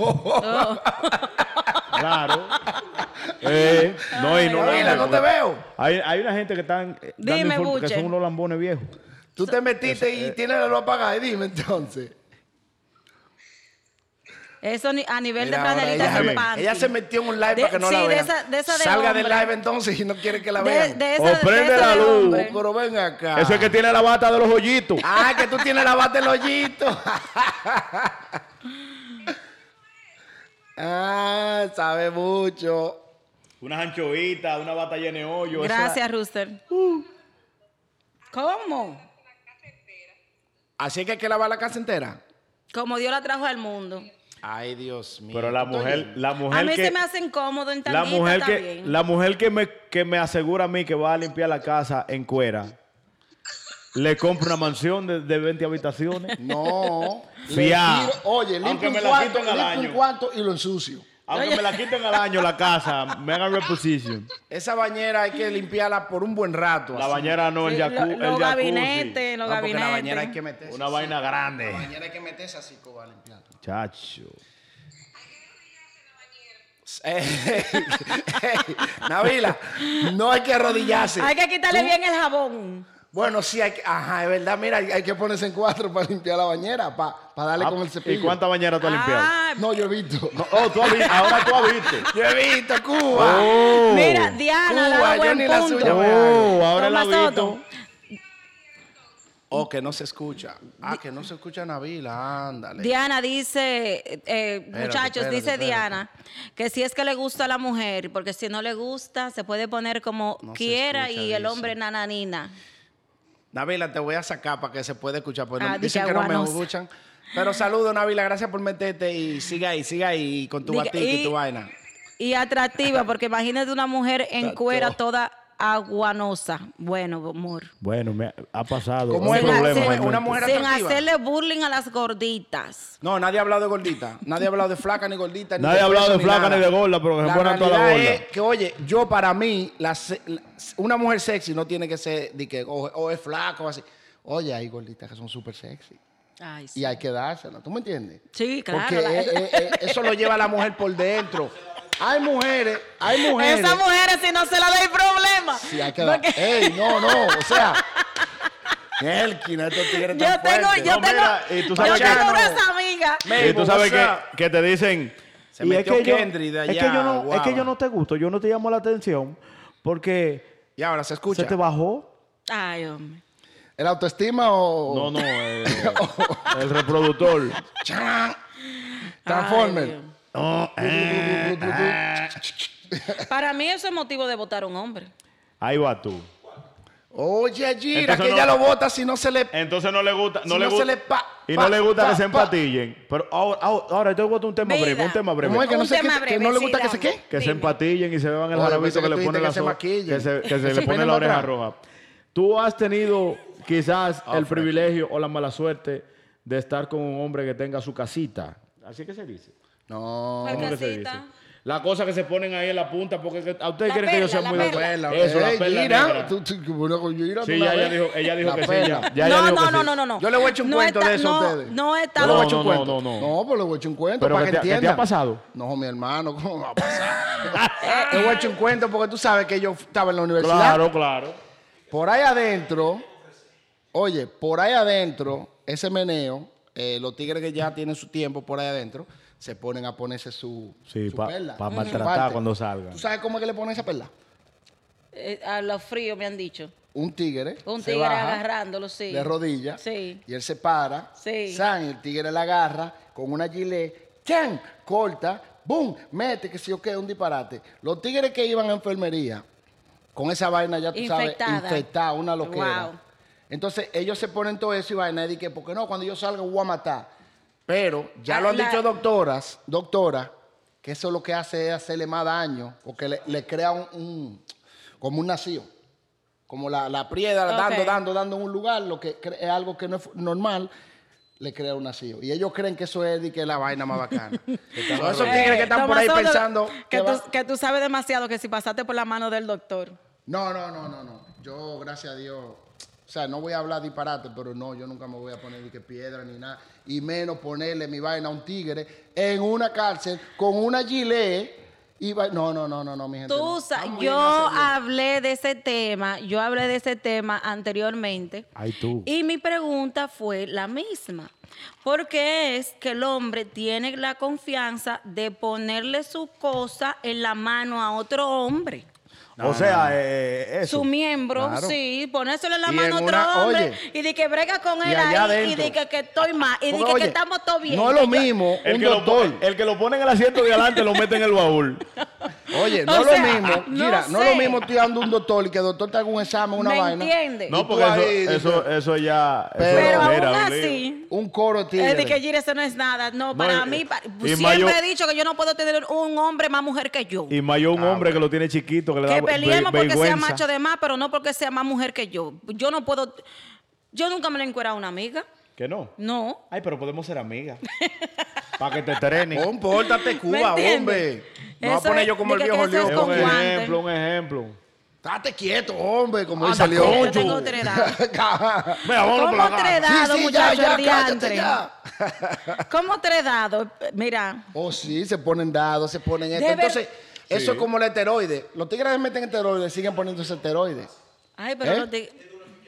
Claro. No, y no. Navila, no te veo. Hay una gente que están Dime, que Buche. son unos lambones viejos. Tú te metiste y tienes la luz apagada. Y dime entonces. Eso a nivel Mira, de ahora franelita ella sin se- panty. Ella se metió en un live De- para que no la sí, de vean. esa- de esa de Salga del hombre. live entonces y no quiere que la De, vean. de esa, O prende de esa la de luz. hombre. Pero ven acá. Eso es que tiene la bata de los hoyitos. Ah, que tú tienes la bata del hoyito. Ah, sabe mucho. Unas anchoitas, una bata llena de hoyo. Gracias, Rooster. ¿Cómo? Así que hay que lavar la casa entera. Como Dios la trajo al mundo. Ay, Dios mío. Pero la ¿Tú estás mujer, oyendo? la A mujer mí que se me hace incómodo en la tanguita, mujer está que bien. la mujer que me asegura a mí que va a limpiar la casa en cuera, le compra una mansión de 20 habitaciones. No. Fiá. Le tiro- Oye, Aunque limpio me un la cuarto, quiten al limpio un año. cuarto y lo ensucio. Aunque me la quiten al año la casa, me hagan reposition. Esa bañera hay que limpiarla por un buen rato. La así. bañera no, el Sí, jacuzzi. los el jacuzzi. gabinetes, los No, porque la bañera hay gabinetes. que meterse. Una vaina grande. La bañera hay que meterse así, como a limpiar. Chacho. Navila, no hay que arrodillarse. Hay que quitarle bien el jabón. Bueno, sí, hay que, ajá, es verdad. Mira, hay que ponerse en cuatro para limpiar la bañera, para darle con el cepillo. ¿Y cuántas bañeras tú has limpiado? Ah, No, yo he visto. No, oh, tú has visto. Ahora tú has visto. Yo he visto, Cuba. Oh. mira, Diana, Cuba, da yo buen ni la punto. suya me Oh, ahora la Toma he Soto. visto. Oh, que no se escucha. Ah, que no se escucha Navila, ándale. Diana dice, muchachos, espérate, dice espérate. Diana, que si es que le gusta a la mujer, porque si no le gusta, se puede poner como No se quiera escucha, y el dice. hombre nananina. Navila, te voy a sacar para que se pueda escuchar, porque Ah, no, di dicen que que no me aguanosa. escuchan. Pero saludo, Navila, gracias por meterte y siga ahí con tu Diga, batica y tu vaina. Y atractiva, porque imagínate una mujer en Tato. cuera toda aguanosa. Bueno, amor. Bueno, me ha pasado ¿Cómo un es? problema. ¿Cómo es? en Una mente. mujer Sin atractiva. hacerle bullying a las gorditas. No, nadie ha hablado de gordita. Nadie ha hablado de flaca ni gordita. Nadie ha hablado de flaca ni de gorda, pero que se ponen todas las realidad gordas. es que, oye, yo para mí, una mujer sexy no tiene que ser de que o es flaca o así. Oye, hay gorditas que son súper sexy. Ay, Y hay que dársela. ¿Tú me entiendes? Sí, claro. Porque eso lo lleva a la mujer por dentro. Hay mujeres. Esas mujeres, si no se la doy problema. Sí, hay que dar. Porque- ¡Ey, no! O sea, Elkina, estos tigres Yo tan tengo, fuertes. yo No, tengo, mira, y tú yo sabes tengo que- unas amigas. Mabel, Y tú sabes what's up? que te dicen. Se "Y metió es que Kendry de es que allá, yo no, es que guava". yo no te gusto, yo no te llamo la atención porque Y ahora se escucha. se te bajó. Ay, hombre. ¿El autoestima o...? No, el reproductor. ¡Chan! Ay, Transformer. Dios. No, Para mí eso es motivo de votar a un hombre. ahí va tú. Oye, Gira, Entonces que no- ella lo vota si no se le... Entonces no le gusta, Si no se le pa- y pa- no le gusta pa- que se pa- empatillen. Pero ahora yo voy a un tema Vida. breve, un tema breve. ¿Cómo es que no Un sé tema que no le gusta que se breve, qué? Que se Dime. empatillen y se beban el Oye, jarabito pensé que que le tú pone dijiste la que se so- maquillen. que se Se le pone peinen la para oreja atrás. roja. Tú has tenido quizás el privilegio o la mala suerte de estar con un hombre que tenga su casita. Así que se dice. No. ¿Cuál ¿Cómo que se dice? casita? La cosa que se ponen ahí en la punta, porque a ustedes La quieren que yo sea perla, muy la doctor. perla. Eso, la Ey, perla Gira, negra. Gira, Sí, tú la ves. ella dijo La que sí. perla. Ya No, dijo no, que no, sí. no, no, no. Yo le voy a echar un cuento de eso a ustedes. No está. Yo le voy a No, echar un no, cuento. no. pues le voy a echar un cuento Pero para que que te- que te entiendan. ha pasado. No, mi hermano, ¿cómo va a pasar? Le voy a echar un cuento porque tú sabes que yo estaba en la universidad. Claro, claro. Por ahí adentro, oye, por ahí adentro, ese meneo, los tigres que ya tienen su tiempo por ahí adentro, se ponen a ponerse su Sí, su pa- perla. pa su maltratar parte. cuando salgan. ¿Tú sabes cómo es que le ponen esa perla? A los fríos me han dicho. Un tigre Un se tigre baja agarrándolo, sí. de rodillas Sí. y él se para, Sí. san, y el tigre la agarra con una gilet, ¡chan! Corta, ¡boom! Mete, que si o qué, un disparate. Los tigres que iban a enfermería, con esa vaina ya tú Infectada. sabes, infectada, una loquera. Wow. Entonces ellos se ponen todo eso y vaina y dicen, porque no, cuando yo salga voy a matar. Pero ya lo han La- dicho doctoras, que eso lo que hace es hacerle más daño, porque le crea como un nacido. Como la prieda Ok. dando en un lugar, lo que es algo que no es normal, le crea un nacido. Y ellos creen que eso es de que es la vaina más bacana. Todos esos tigres que están por ahí Tomás Soto, pensando que tú sabes demasiado que si pasaste por la mano del doctor. No. Yo, gracias a Dios, o sea, no voy a hablar disparate, pero no, yo nunca me voy a poner ni que piedra ni nada. Y menos ponerle mi vaina a un tigre en una cárcel con una gilet. No, mi gente. Tú no. sa- Estamos yo bien a seguir. hablé de ese tema anteriormente. Ay, tú. Y mi pregunta fue la misma. Porque es que el hombre tiene la confianza de ponerle su cosa en la mano a otro hombre. O sea, eso. Su miembro, Claro. sí, ponérselo en la Y mano en a otro una- hombre oye, y de que brega con y él allá ahí y adentro. de que estoy mal y de Porque, que oye, estamos todos bien. No es lo Que yo- mismo El un que, lo, doctor. el que lo pone en el asiento de adelante lo mete en el baúl. Oye, O no es sea, lo mismo. no Mira, no es sé. lo mismo estoy dando un doctor y que el doctor te haga un examen, una ¿Me vaina. entiendes? Y No, tú porque ahí, eso ya... Pero- eso Pero aún mira, un lío. así, un coro de tigre. es de que Gire, eso no es nada. No, para y- mí, y siempre mayo- he dicho que yo no puedo tener un hombre más mujer que yo. Y mayor un hombre que lo tiene chiquito, que le da Que peleemos porque sea vergüenza. macho de más, pero no porque sea más mujer que yo. Yo no puedo. Yo nunca me le he encuerado a una amiga. ¿Que no? No. Ay, pero podemos ser amigas. Para que te entrenen. Compórtate, Cuba, entiendes? hombre. No voy a Eso poner es- yo como el de que viejo eso es León. con un guante. ejemplo, un ejemplo. Estate quieto, hombre, como Anda, dice León. Yo tengo otra edad. Mira, vámonos por la ¿Cómo gana. te he dado, Sí, sí, muchacho, ya, el cállate diantre? ya. ¿Cómo te he dado? Mira, Oh, sí, se ponen dados, se ponen esto. De ver- Entonces, eso es como el esteroide. Los tigres se meten esteroides, siguen poniéndose esteroides. ay, pero ¿Eh? no te-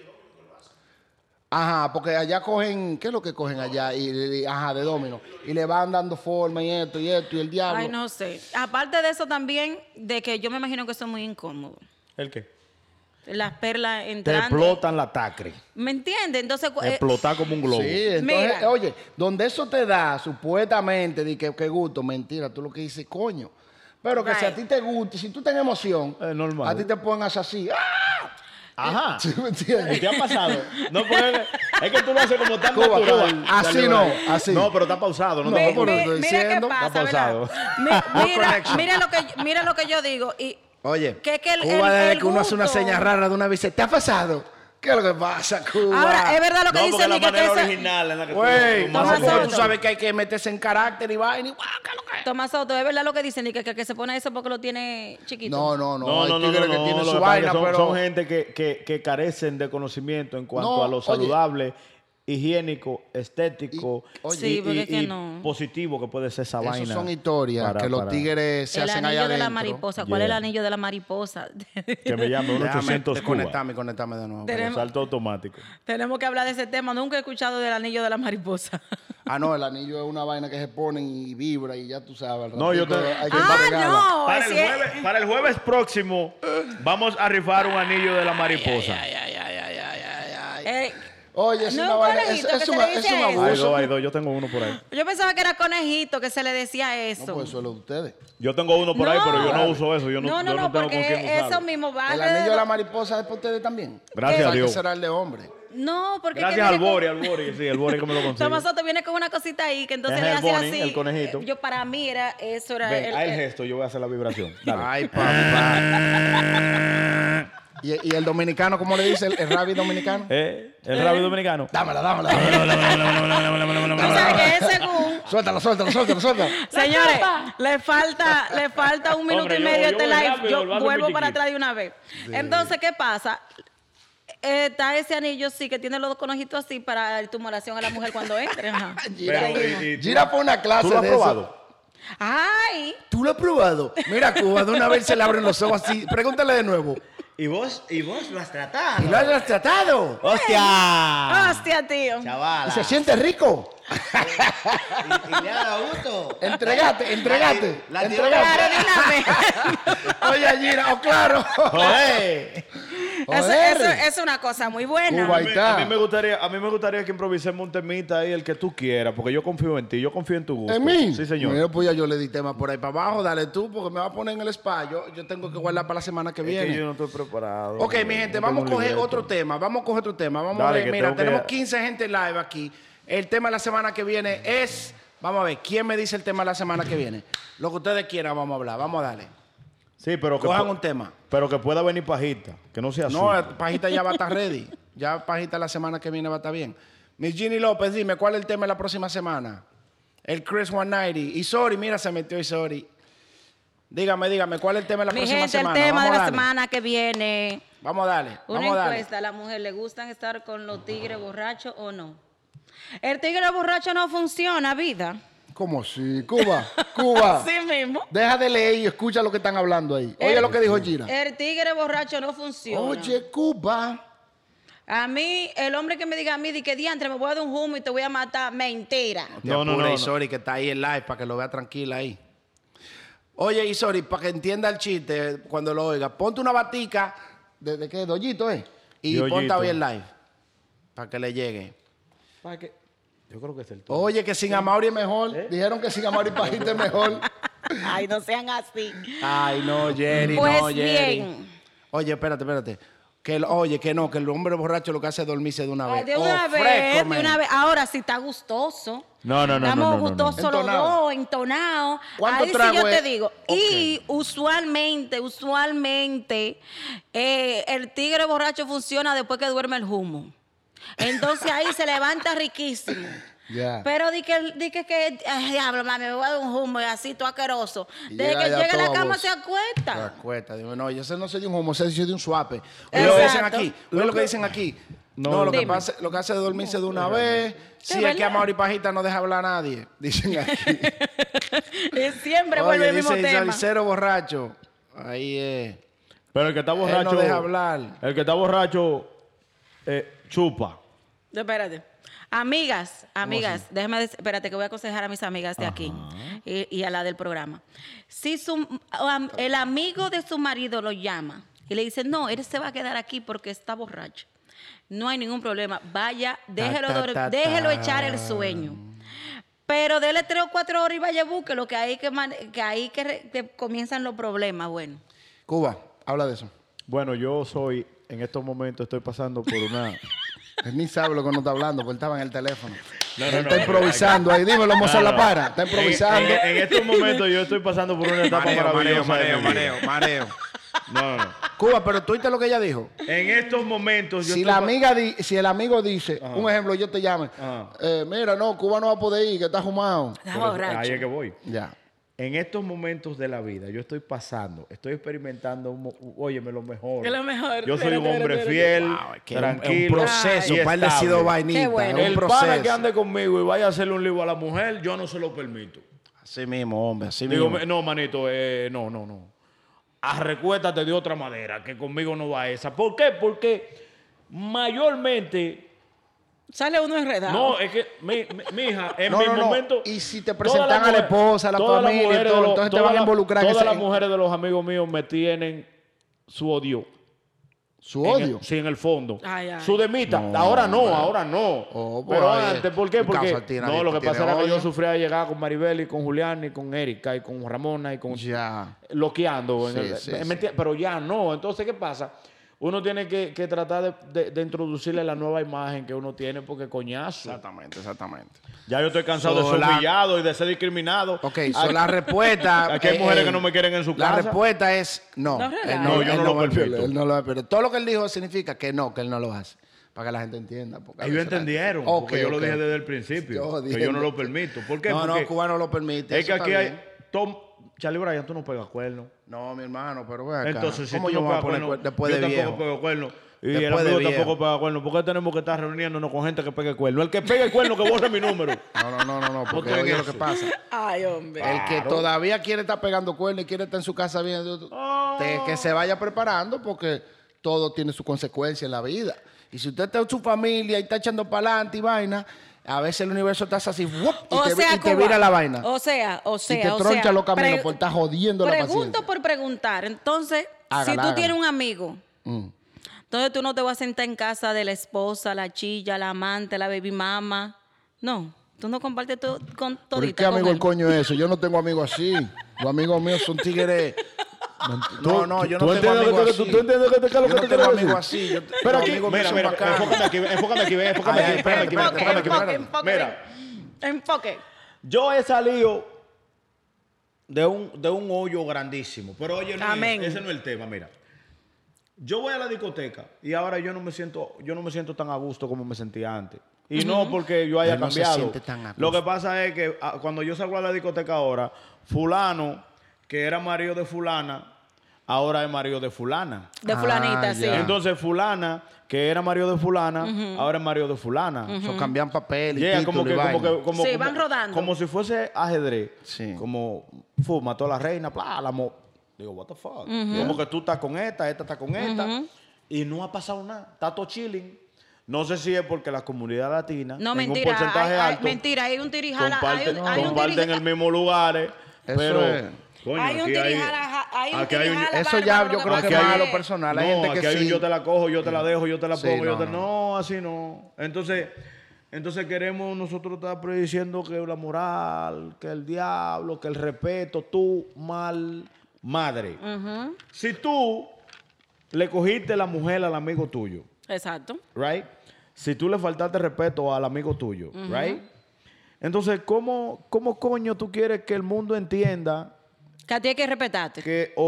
Ajá, porque allá cogen, ¿qué es lo que cogen allá? Ajá, de domino. Y le van dando forma y esto, y el diablo. ay, no sé. Aparte de eso también, de que yo me imagino que eso es muy incómodo. ¿El qué? Las perlas Te entrando. explotan la tacre. ¿Me entiendes? Entonces, Explotar como un globo. Sí, entonces, Mira. oye, donde eso te da, supuestamente, de que gusto, mentira, tú lo que dices, coño. Pero que si a Right. ti te gusta, si tú tienes emoción, Es normal. a ti te ponen así. ¡Ah! Ajá. ¿Sí me ¿Y entiendes? te ha pasado? No, porque es que tú lo haces como tan Cuba, natural. Cuba. Así Dale, no, vale. así. No, pero está pausado. No, No, te pero preocupes. estoy mira qué diciendo, pasa, está ¿verdad? pausado. Mira lo que yo digo. Y Oye, que el- Cuba, el- desde el que uno hace una gusto. seña rara de una vez, ¿te ha pasado? ¿Qué es lo que pasa, Cuba? ahora, es verdad lo que No, dicen. porque la y que manera eso- original en la que Güey, tú... Toma no, porque Soto. tú sabes que hay que meterse en carácter y vaina y guau, ¿qué es lo que es? Tomás Soto, es verdad lo que dicen y que se pone eso porque lo tiene chiquito. No, hay tigres que tienen lo su que pasa es vaina, que son, pero... son gente que carecen de conocimiento en cuanto No, a lo oye. saludable, higiénico, estético Oye, Sí, porque es que no. positivo que puede ser esa vaina. Esos son historias que los tigres se El hacen allá anillo de la adentro. mariposa. ¿Cuál es el Yeah. anillo de la mariposa? Que me llame un Déjame 800 Cuba. conectarme de nuevo. Tenemos- Salto automático. Tenemos que hablar de ese tema. Nunca he escuchado del anillo de la mariposa. Ah, no, el anillo es una vaina que se ponen y vibra y ya tú sabes. al No, yo ratico te- hay que Ah, entregarla. no. Para el jueves próximo vamos a rifar un anillo de la mariposa. Oye, es No una un vaina. conejito Es que se un le dice eso. abuso. Hay dos, yo tengo uno por ahí. Yo pensaba que era conejito que se le decía No, eso. pues eso es lo de ustedes. Yo tengo uno por ahí, pero yo no uso eso. Yo no, no, yo no tengo con quién porque eso usarlo. mismo va El anillo de la mariposa es para ustedes también. Gracias a O sea, Dios. que será el de hombre. No, porque Gracias que al viene Bori, sí, el Bori que me lo consigue. Tomás Soto viene con una cosita ahí que entonces Es le el hacía Bonnie, así. el conejito. Yo para mí era eso era Ven, haz el gesto, yo voy a hacer la vibración. Dale. Ay, papá. ¿Y el dominicano, cómo le dice? ¿El rabi dominicano? El rabio dominicano. Dámela. Tú sabes que es según. Suéltalo. Señores, le falta un minuto Hombre, y medio yo este voy live. rápido, Yo lo hago vuelvo muy para chiquito. atrás de una vez. Entonces, ¿qué pasa? Está ese anillo, sí, que tiene los dos conejitos así para la tumulación a la mujer cuando entre. Ajá. Pero, ¿y tú? Gira por una clase ¿Tú lo has de eso. probado? Ay, ¿Tú lo has probado? Mira, Cuba, de una vez se le abren los ojos así. Pregúntale de nuevo. ¿Y vos lo has tratado? ¿Y lo has tratado? ¡Hostia! hostia, tío. Chavala. ¿Y se siente rico? ¿Y le ha dado gusto? Entregate. La tiró Claro, de una vez. Oye, Gira, claro. ¡Joder! Eso es una cosa muy buena. Cuba, ahí está. A mí me gustaría que improvisemos un temita ahí, el que tú quieras, porque yo confío en ti, yo confío en tu gusto. ¿En mí? Sí, señor. Mira, pues ya yo le di tema por ahí para abajo. Dale tú, porque me va a poner en el spa. Yo tengo que guardar para la semana que Es viene. que yo no estoy preparado. Ok, mi gente, No vamos a tengo un coger libreto. otro tema. Vamos a Dale, ver, que mira, tengo que- tenemos 15 gente live aquí. El tema de la semana que viene es... Vamos a ver, ¿quién me dice el tema de la semana que viene? Lo que ustedes quieran, vamos a hablar. Vamos a darle. Sí, pero que, Cojan un tema. pero que pueda venir pajita, que no sea No, azul. Pajita ya va a estar ready. Ya Pajita la semana que viene va a estar bien. Miss Ginny López, dime, ¿cuál es el tema de la próxima semana? El Chris 190. Y sorry, mira, se metió y sorry. Dígame, ¿cuál es el tema de la Mi próxima gente, semana? el tema de Vamos a la darle. semana que viene. Vamos a darle. Una Vamos a darle. encuesta, ¿a la mujer le gustan estar con los tigres borrachos o no? El tigre borracho no funciona, vida. ¿Cómo así? Cuba. Así mismo. Deja de leer y escucha lo que están hablando ahí. Oye lo que dijo Gira. El tigre borracho no funciona. Oye, Cuba. A mí, el hombre que me diga a mí, de que diantre, me voy a dar un humo y te voy a matar, mentira. No. Isori, que está ahí en live para que lo vea tranquila ahí. Oye, Isori, para que entienda el chiste cuando lo oiga, ponte una batica de qué, de hoyito, ¿eh? Y De hoyito. ponte hoy en live para que le llegue. Yo creo que es el tuyo. Oye, que sin Amaury es mejor. Dijeron que sin Amaury Pajita es mejor. Ay, no sean así. Ay, no, Jerry, Pues no, Jerry. bien. Oye, espérate. Que el hombre borracho lo que hace es dormirse de una vez. Ay, de Oh, una vez, fresco, de man. una vez. Ahora sí está gustoso. No. Estamos gustosos los Entonado. dos, entonados. ¿Cuánto Ahí trago sí yo es? te digo. Ok. Y usualmente, el tigre borracho funciona después que duerme el humo. Entonces ahí se levanta riquísimo. Ya. Pero di que ay, diablo, mami, me voy a dar un humo y así, todo asqueroso. Y Desde llega que ya llega a la todo cama baboso. se acuesta. Se acuesta. Digo, no, ese no se dio un homo, ese se dio un suape. Oye, lo que dicen Exacto. aquí. Oye, lo que dicen aquí. No, lo que Dime. lo que hace es dormirse de una vez. Si es que verdad. a Mauri Pajita no deja hablar a nadie. Dicen aquí. Y siempre Oye, vuelve el mismo dice tema. el cero borracho. Ahí es. Pero el que está Él borracho. no deja hablar. El que está borracho chupa. Espérate. Amigas, déjame espérate que voy a aconsejar a mis amigas de aquí y a la del programa. Si el amigo de su marido lo llama y le dice, no, él se va a quedar aquí porque está borracho. No hay ningún problema. Vaya, déjelo echar el sueño. Pero dele 3 o 4 horas y vaya, búsquelo, que ahí que comienzan los problemas, bueno. Cuba, habla de eso. Bueno, en estos momentos estoy pasando por una... Él ni sabe lo que uno está hablando, porque él estaba en el teléfono. No, Él está improvisando ahí. Dímelo, Moza La Para. Está improvisando. En estos momentos yo estoy pasando por una etapa maravillosa. de mi vida. mareo. No. Cuba, pero tú oíste lo que ella dijo. En estos momentos yo Si el amigo dice, un ejemplo, yo te llamo, Ajá. mira, no, Cuba no va a poder ir, que está fumado. Está borracho. Ahí es que voy. Ya. En estos momentos de la vida, yo estoy experimentando, óyeme, lo mejor. ¿Qué es lo mejor? Yo soy un Espérate, hombre espérate. fiel, Wow, es que tranquilo. es un proceso, y par de estable. sido vainita. Qué bueno. Es un El proceso. pana que ande conmigo y vaya a hacerle un lío a la mujer, yo no se lo permito. Así mismo, hombre, así Digo, mismo. no, manito, no. Arrecuétate de otra manera, que conmigo no va esa. ¿Por qué? Porque mayormente... Sale uno enredado. No, es que, mi hija, en No, mi no, no. momento... Y si te todas presentan las a la mujeres- esposa, a la todas las familia y mujeres todo, de entonces te van a involucrar en Todas ese- las mujeres de los amigos míos me tienen su odio. Su odio. Sí, en el fondo. Ay, ay. Su demita. Ahora no. Oh, pues, Pero oye, antes, ¿por qué? en Porque casa tiene no, lo que tiene pasa era que yo odio. sufría de llegar con Maribel y con Julián y con Erika y con Ramona y con... Ya. Loqueando. Sí, sí, ¿me sí. entiendes? Pero ya no. Entonces, ¿qué pasa? Uno tiene que tratar de introducirle la nueva imagen que uno tiene porque coñazo. Exactamente. Ya yo estoy cansado de So, ser la- humillado y de ser discriminado. Ok, so la respuesta... Aquí hay mujeres que no me quieren en su La casa. respuesta es no. No, Él relaja. No, yo él no lo va a- permito. Él no lo va a permitir. Todo lo que él dijo significa que no lo hace. Para que la gente entienda. porque a Ellos veces la gente- entendieron, Ok, porque yo lo ok. dije desde el principio, Yo que dije- yo no lo permito. ¿Por qué? No, Porque Cuba no lo permite. es que eso aquí está hay... bien. Charlie Bryan, tú no pegas cuernos. No, mi hermano, pero ve acá. Entonces, si ¿Cómo tú yo no me voy a pegas poner cuernos, después yo de viejo? tampoco pego cuernos. Y el Después de amigo viejo. tampoco pega cuernos. ¿Por qué tenemos que estar reuniéndonos con gente que pegue cuernos? El que pegue cuerno que borre mi número. No, porque estoy en oye lo eso. que pasa. Ay, hombre. El que todavía quiere estar pegando cuernos y quiere estar en su casa bien, que se vaya preparando porque todo tiene su consecuencia en la vida. Y si usted está en su familia y está echando para adelante y vaina, a veces el universo está así, ¡wup! y te Cuba, vira la vaina. O sea. y te troncha los caminos por estar jodiendo la Pregunto paciencia. por preguntar. Entonces, Hágala, si tú hágala. tienes un amigo, Mm. entonces tú no te vas a sentar en casa de la esposa, la chilla, la amante, la baby mama. No. Tú no compartes con ¿Por todita qué con amigo él. el coño es eso? Yo no tengo amigos así. Los amigos míos son tigres. No, yo no ¿Tú tengo entiendes amigos que- así. tú entiendes que te- Yo qué es lo que no te tengo quiero amigos decir? así. Yo- Pero los aquí, amigos míos mira, son mira, bacanos. enfócame aquí, enfócame aquí, enfócame Ay, aquí, enfócame aquí, espérate, enfócame aquí. espérate. Enfoque. Mira, Enfoque. yo he salido de un hoyo grandísimo, pero oye, Amén. ese no es el tema, mira. Yo voy a la discoteca y ahora yo no me siento tan a gusto como me sentía antes. Y no porque yo haya Él no se cambiado. siente tan a Lo gusto. que pasa es que cuando yo salgo a la discoteca ahora, fulano, que era marido de fulana, ahora es marido de fulana. De fulanita, sí. ya. Entonces fulana, que era marido de fulana, ahora es marido de fulana. So, cambian papel y Yeah, título y vaina. Sí, van rodando. Como si fuese ajedrez. Sí. Como, mató a la reina, bla, digo, what the fuck. Como que tú estás con esta está con esta. Y no ha pasado nada. Está todo chilling. No sé si es porque la comunidad latina, No, en mentira. un porcentaje alto, Mentira, hay un tirijala. comparten el mismo lugar. Pero, es. coño, Hay un aquí tirijala. Hay un aquí hay un- tirijala. Eso ya bárbaro, yo lo creo pasa que es más a hay- lo personal. Hay no, gente que aquí hay un sí. yo te la cojo, yo te la dejo, yo te la Sí, pongo, no, no, así no. Entonces queremos nosotros estar prediciendo que la moral, que el diablo, que el respeto, tú mal madre. Si tú le cogiste la mujer al amigo tuyo, Exacto. right? Si tú le faltaste respeto al amigo tuyo, right? Entonces, ¿cómo coño tú quieres que el mundo entienda Que a ti hay que respetarte.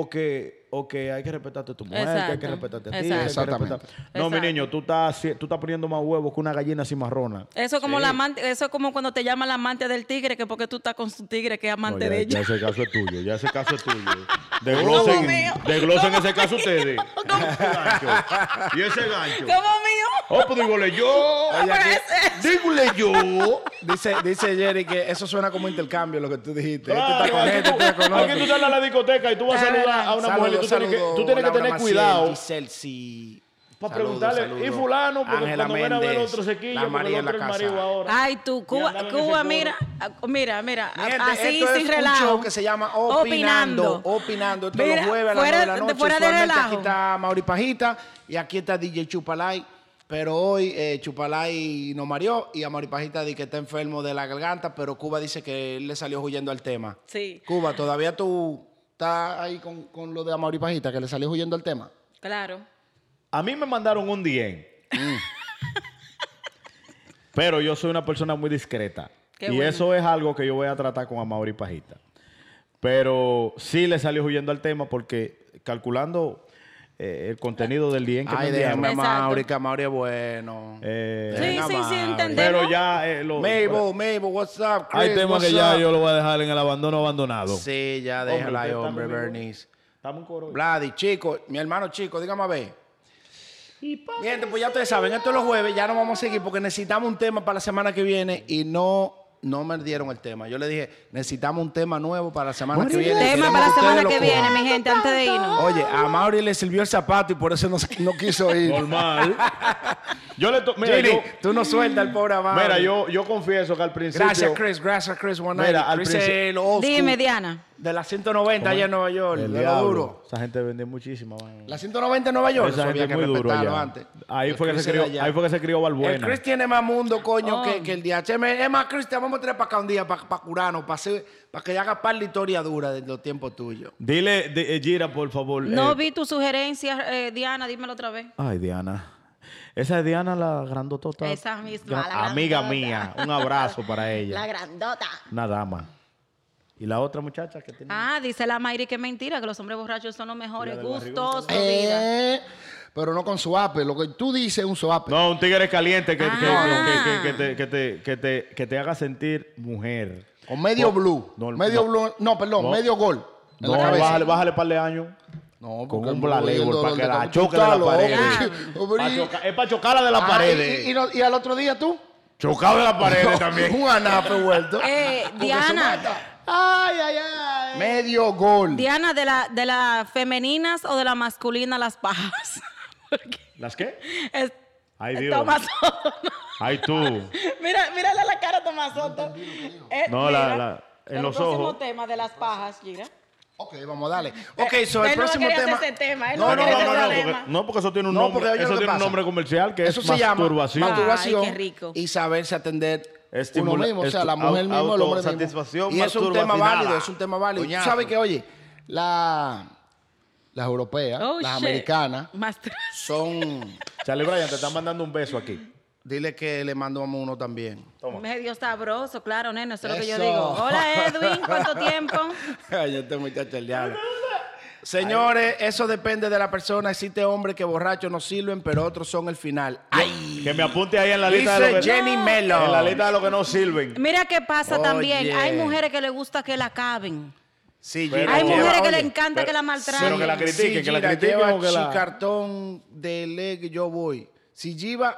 que hay que respetarte a tu mujer, que hay que Exacto. respetarte a ti? Exacto. que hay que Exactamente. respetar- No, mi Exacto. niño, tú estás poniendo más huevos que una gallina cimarrona. Eso es como la amante, eso es como cuando te llama la amante del tigre, que porque tú estás con su tigre que es amante No, de ya ella. ese caso es tuyo, ya ese caso es tuyo. mío. Desglosen ese caso ustedes. Ese gancho. Y ese gancho. Como mío. Oh, pues dígole yo. Oye, aquí- Dígole yo. Dice Jerry que eso suena como intercambio lo que tú dijiste. Claro, Este está con aquí este, tú- este está con aquí otro. tú sales a la discoteca y tú vas a saludar a una mujer y tú tienes que tener cuidado Giselle, sí. para Saludos, preguntarle, saludos. y fulano, porque Ángela cuando ven a ver Méndez, otro sequillo, la porque María el en otro la es marido casa. ahora. Ay, tú, Cuba, andaban en ese Cuba, coro. mira, Mi gente, así esto sin es un relajo. show que se llama Opinando. Esto Mira, los jueves a las 9 de la noche. fuera de Usualmente relajo. aquí está Mauri Pajita y aquí está DJ Chupalay. Pero hoy Chupalay nos mareó y a Mauri Pajita dice que está enfermo de la garganta, pero Cuba dice que él le salió huyendo al tema. Sí, Cuba, ¿todavía tú estás ahí con lo de Mauri Pajita, que le salió huyendo al tema? claro. A mí me mandaron un DM. Pero yo soy una persona muy discreta. Qué y bueno. eso es algo que yo voy a tratar con Amaury Pajita. Pero sí le salió huyendo al tema porque calculando el contenido del DM que me Ay, enviaron. déjame a Exacto. Mauri, que Mauri es bueno. Sí, Dejen a sí, Mauri. entendemos. Pero ya Mabel, what's up, Chris? hay temas what's que ya up? yo lo voy a dejar en el abandono abandonado. Sí, ya Hombre, déjala ahí, usted está hombre, conmigo. Bernice. Estamos en coro. Vladi, chico, mi hermano chico, dígame a ver. Gente, pues ya ustedes saben, esto es los jueves, ya no vamos a seguir porque necesitamos un tema para la semana que viene y no me dieron el tema. Yo le dije, necesitamos un tema nuevo para la semana que viene. Tema Queremos para la que semana ustedes que lo viene, cojan. mi gente, antes de irnos. Oye, a Mauri le sirvió el zapato y por eso no quiso ir. Normal. Mira, Gini, tú no sueltas al pobre Mauri. yo confieso que al principio... Gracias, Chris. One Mira, night. al Chris principio- es el old school. Dime, Diana. De la 190 allá en Nueva York, El de lo diablo. duro. Esa gente vende muchísima. La 190 en Nueva York, Esa eso gente había es que muy duro respetarlo allá. antes. Ahí El fue, que Chris se era crió, allá. ahí fue que se crió Balbuena. El Chris tiene más mundo, coño, Oh. que el DH. Es más, Chris, te vamos a traer para acá un día para curarnos, para que haga par de historia dura de los tiempos tuyos. Dile, Gira, por favor. No vi tu sugerencia, Diana, dímelo otra vez. Ay, Diana. Esa es Diana, la grandotota. Esa misma, la Amiga grandota. mía. Un abrazo para ella. La grandota. Una dama. ¿Y la otra muchacha que tiene? Ah, dice la Mayri que es mentira, que los hombres borrachos son los mejores. del barrigón Gustosos, vida. Pero no con suape. Lo que tú dices es un suape. No, un tigre caliente que Ah. que te haga sentir mujer. Con medio blue. no, medio no. blue. No, perdón, No. medio gol. En No, la cabeza. bájale par de años. No, Con porque un el blue y el Blalegol dolor para que de la cabeza. choque Tú de la estás pared. loco. Es para chocarla de la Ah, pared. y al otro día tú. Chocado de la pared también. Un anape vuelto. Diana, Ay, ay, ay. Medio gol. Diana, de las femeninas o de la masculina las pajas. Porque ¿Las qué? es, Ay, es Dios. Tomás Soto. Ay, tú. Mírale la cara a Tomás Soto. No, Mira, en el los próximo ojos. tema de las pajas, Gira. Ok, vamos a darle. Ok, so el Él no próximo quería tema. hacer ese tema, él No, no no, quería no, hacer no, ese porque, tema. no, porque eso tiene un No, nombre. porque oye Eso lo que tiene un pasa. nombre comercial que Eso es se llama masturbación. masturbación Ay, qué rico. Y saberse atender Estimula- uno mismo, o sea, la mujer mismo, el hombre mismo. autosatisfacción Y es un tema masturbacional. válido, es un tema válido. Tú Coñazo. sabes que, oye, las europeas, Oh, las shit. americanas, Son. Charlie Bryan, te están mandando un beso aquí. Dile que le mandamos uno también. Medio sabroso, claro, nena, eso es lo que yo Eso. digo. Hola, Edwin, ¿cuánto tiempo? Ay, este muchacho el diablo. Señores, eso depende de la persona. Existe hombres que borrachos no sirven, pero otros son el final. ¡Ay! Que me apunte ahí en la lista de Dice lo que Jenny Melo. En la lista de lo que no sirven. Mira qué pasa Oye. también. Hay mujeres que les gusta que la caben. Sí, Pero- Hay Gira, mujeres que oye, le encanta pero- que la pero maltraten. que la critiquen, si que la Gira critiquen lleva o que la- chicartón de leg, yo voy. Si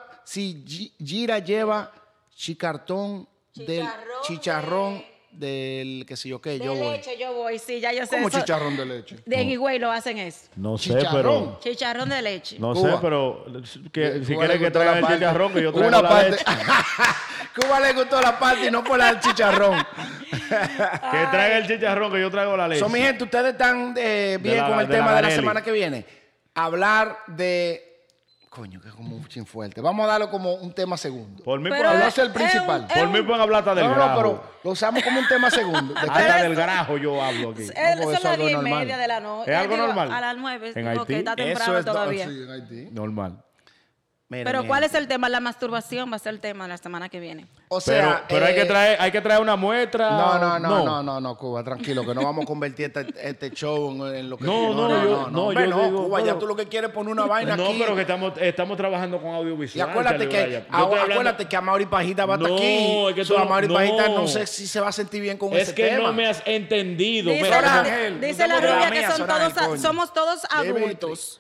Gira lleva chicartón del chicharrón del qué sé yo qué, De yo voy. leche yo voy, sí, ya yo sé como eso. chicharrón de leche. De en Higüey lo hacen eso. No sé, Chicharrón. pero... Chicharrón de leche. No Cuba. sé, pero que, si Cuba quieres le que gustó traigan la el parte. chicharrón, que yo traigo Una la parte. leche. Cuba le gustó la parte y no por el chicharrón. Que traiga el chicharrón, que yo traigo la leche. So, mi gente, ustedes están bien la- con el de la tema de la Garelli. semana que viene. Hablar de. Coño, que es como un chin fuerte. Vamos a darlo como un tema segundo. Por mí, Pero pueden- no es el principal. por mí pueden hablar hasta del No, grajo. no, pero lo usamos como un tema segundo. De que- Hasta del grajo yo hablo aquí. Son porque las es algo 10:30 normal. de la noche. ¿Es algo normal? A las 9. ¿En porque Haití? está Eso temprano es todavía. Sí, en Haití. Normal. Miren, Pero mi ¿cuál gente. es el tema? La masturbación va a ser el tema la semana que viene. O Pero, sea, pero hay que traer una muestra. No, Cuba, tranquilo, que no vamos a convertir este show en lo que... No, hombre, yo digo, Cuba, ya pero- tú lo que quieres es poner una vaina No, aquí. pero que estamos trabajando con Y audiovisual. acuérdate Charlie que, Bryan. Yo estoy hablando- acuérdate que Amaury Pajita va a estar No, aquí. es que So, tú no- Amaury Pajita no. no sé si se va a sentir bien con Es ese que tema. no me has entendido. Dice, Mira, Sora la, Ángel, dice la tú te rubia la que mía, son Sora todos, Ángel, coño. somos todos Dimitri. adultos.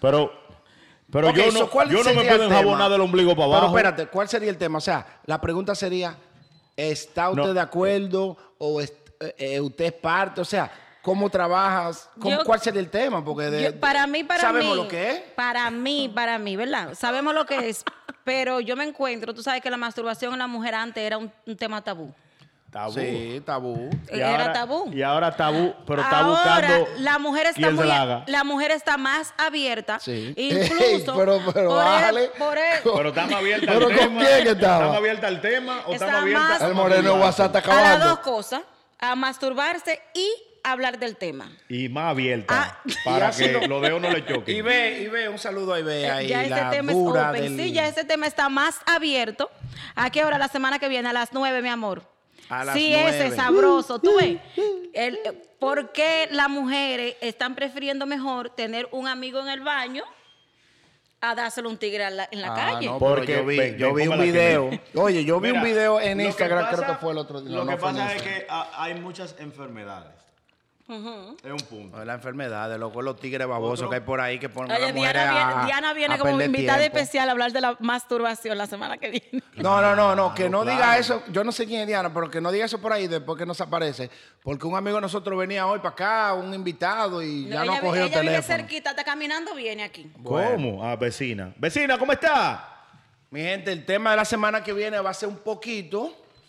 Pero Ok, yo so, no, ¿cuál yo no me sería puedo el tema? enjabonar del ombligo para Pero abajo. espérate, ¿cuál sería el tema? O sea, la pregunta sería, ¿está usted No. de acuerdo o usted es parte? O sea, ¿cómo trabajas? Yo- ¿Cuál sería el tema? Porque Para mí, ¿sabemos lo que es? Para mí, ¿verdad? Sabemos lo que es, pero yo me encuentro, tú sabes que la masturbación en la mujer antes era un tema tabú. Tabú. Sí, tabú. Y Era ahora- tabú. Y ahora tabú, pero está Ahora, buscando la mujer está quién se muy, la haga. la mujer está más abierta. Sí. Incluso. Ey, pero bájale. Pero estamos abiertas ¿Pero al con tema. quién estaba? ¿Estamos abiertas al tema o Está estamos abiertas más- a El moreno de WhatsApp está a las acabando. dos cosas, a masturbarse y hablar del tema. Y más abiertas Ah. para Y así que no- los dedos no le choquen. Y ve, un saludo ahí, ve ahí. Ya la ese tema es dura open. del- Sí, ya ese tema está más abierto. ¿A qué hora? La semana que viene, a las 9, mi amor. A las Sí, 9. ese sabroso. Tú ves, ¿por qué las mujeres están prefiriendo mejor tener un amigo en el baño a dárselo a un tigre en la calle? No, Porque, porque ven, yo vi un póngala aquí, video. ven. Oye, yo vi Mira, un video en lo que Instagram, pasa- creo que fue el otro día. Lo No, que fue en pasa es Instagram. que hay muchas enfermedades. Es un punto. No es la enfermedad, de los tigres babosos Otro. que hay por ahí que ponen a Oye, las mujeres Diana viene a como perder invitada tiempo. especial a hablar de la masturbación la semana que viene. No, que no Claro. diga eso. Yo no sé quién es Diana, pero que no diga eso por ahí después que nos aparece. Porque un amigo de nosotros venía hoy para acá, un invitado, y ya no ella cogió el ella vive teléfono. cerquita, está caminando, viene aquí. ¿Cómo? Ah, vecina. Vecina, ¿cómo está? Mi gente, el tema de la semana que viene va a ser un poquito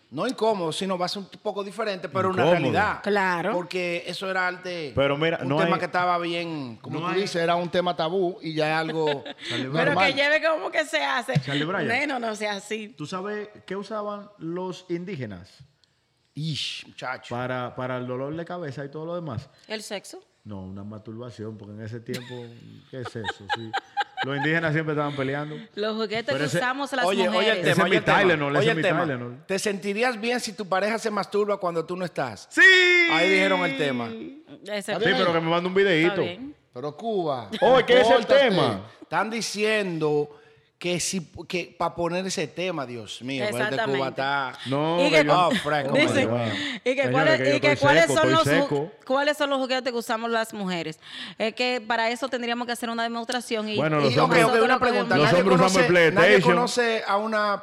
no incómodo, sino va a ser un poco diferente, pero una Incómodo. realidad. Claro. Porque eso era arte. Pero mira, un no tema hay- que estaba bien. Como tú dices, era un tema tabú y ya es algo Pero normal. que lleve como que se hace. Charlie Bryan. Bueno, no sea así. ¿Tú sabes qué usaban los indígenas Ish, muchacho. para el dolor de cabeza y todo lo demás? ¿El sexo? No, una masturbación, porque en ese tiempo, ¿qué es eso? Sí. Los indígenas siempre estaban peleando. Los juguetes Pero que ese- usamos las Oye, mujeres. oye el Ese tema, es mi oye el tema. Tylenol, ese Oye es el mi tema. Tylenol. ¿Te sentirías bien si tu pareja se masturba cuando tú no estás? ¡Sí! Ahí dijeron el tema. Ese- Sí, pero que me mande un Está videíto. bien. Pero Cuba. Oye, ¿qué es el compórtate. tema? Están diciendo que para poner ese tema, Dios mío, pues el de Exactamente. Cuba está... No, Y que- yo- Oh, fresco, Dice, man. y que, Señores, cuáles, que yo y que estoy cuáles seco, son estoy los seco. cuáles son los juguetes que usamos las mujeres. Es que para eso tendríamos que hacer una demostración y, Bueno, y los Y, ok, hombres- ok, nosotros una lo pregunta. podemos- Los hombres usamos el Nadie PlayStation. conoce a una...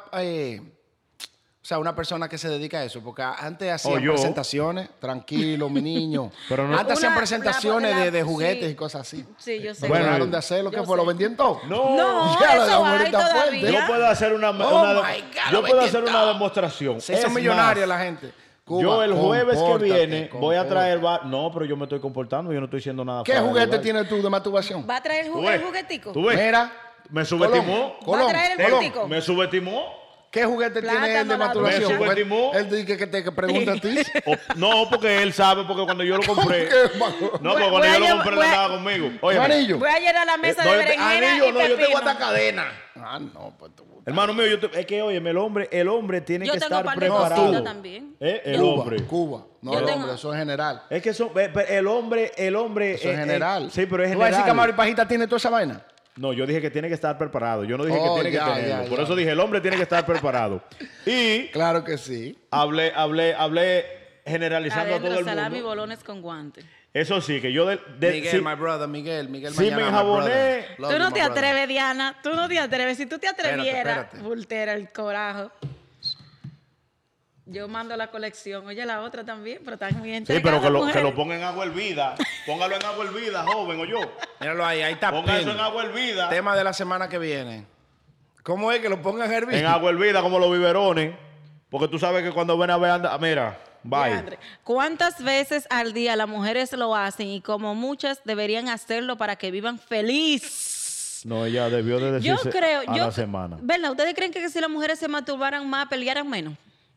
o sea, una persona que se dedica a eso, porque antes hacían yo. presentaciones, Tranquilo, mi niño. Pero no- antes hacían Una- presentaciones la- de juguetes sí. y cosas así. Sí, yo sé. Bueno, Dejaron de hacerlo. ¿Qué yo fue? ¿Lo sé. vendían todo? No, Ya la eso hay ahorita fuerte. todavía. Yo puedo hacer una, Oh una- my God, yo lo puedo vendí hacer una todo. demostración. Se hizo Es millonaria más, la gente. Cuba, yo el jueves que compórtate, viene voy a traer... compórtate. No, pero yo me estoy comportando, yo no estoy diciendo nada. ¿Qué fuera de juguete lugar. tienes tú de masturbación? ¿Va a traer ¿Tú el ves? juguetico? ¿Tú ves? Mira. Me subestimó. ¿Va a traer el Colón. juguetico? Me subestimó. ¿Qué juguete Plátano, tiene él de la masturbación? Me subestimó. Él dice que te pregunta a ti. No, porque él sabe, porque cuando yo lo compré... ¿Qué, mano? No, porque Voy cuando a yo lo llevar- compré, voy él a- andaba conmigo. Oye, Manillo. Voy a llenar la mesa no, de yo te- berenjena anillo, y no, yo tengo pepino. hasta cadena. Ah, no, pues tú. Hermano mío, es que, oye, el hombre tiene Yo que tengo estar par de preparado. cositas también. El Cuba, hombre. Cuba. No, Yo el tengo- hombre, eso es general. Es que el hombre... Eso es general. sí, pero es ¿Tú vas a decir que general. Mauri Pajita tiene toda esa vaina? No, yo dije que tiene que estar preparado. Yo no dije Oh, que tiene ya, que tenerlo. ya, Por ya. eso dije, el hombre tiene que estar preparado. Y Claro que sí. hablé generalizando a todo Adentro el salami y mundo. bolones con guantes. Eso sí, que yo Miguel, sí, my brother, Miguel si me mañana, my enjaboné- brother. Love Tú you, no my te brother. atreves, Diana. Tú no te atreves. Si tú te atrevieras, espérate. voltera el coraje. Yo mando la colección. Oye, la otra también, pero están muy sí, entregadas, pero que lo mujeres. ponga en agua hervida. Póngalo en agua hervida, joven, o yo. Míralo ahí está. Ponga eso pin. en agua hervida. Tema de la semana que viene. ¿Cómo es que lo pongan a hervir? En agua hervida como los biberones. Porque tú sabes que cuando ven a ver anda, mira, bye. Diandre, ¿cuántas veces al día las mujeres lo hacen y como muchas deberían hacerlo para que vivan feliz? No, ella debió de Yo decirse creo, a la semana. ¿verdad? ¿Ustedes creen que si las mujeres se masturbaran más, pelearan menos?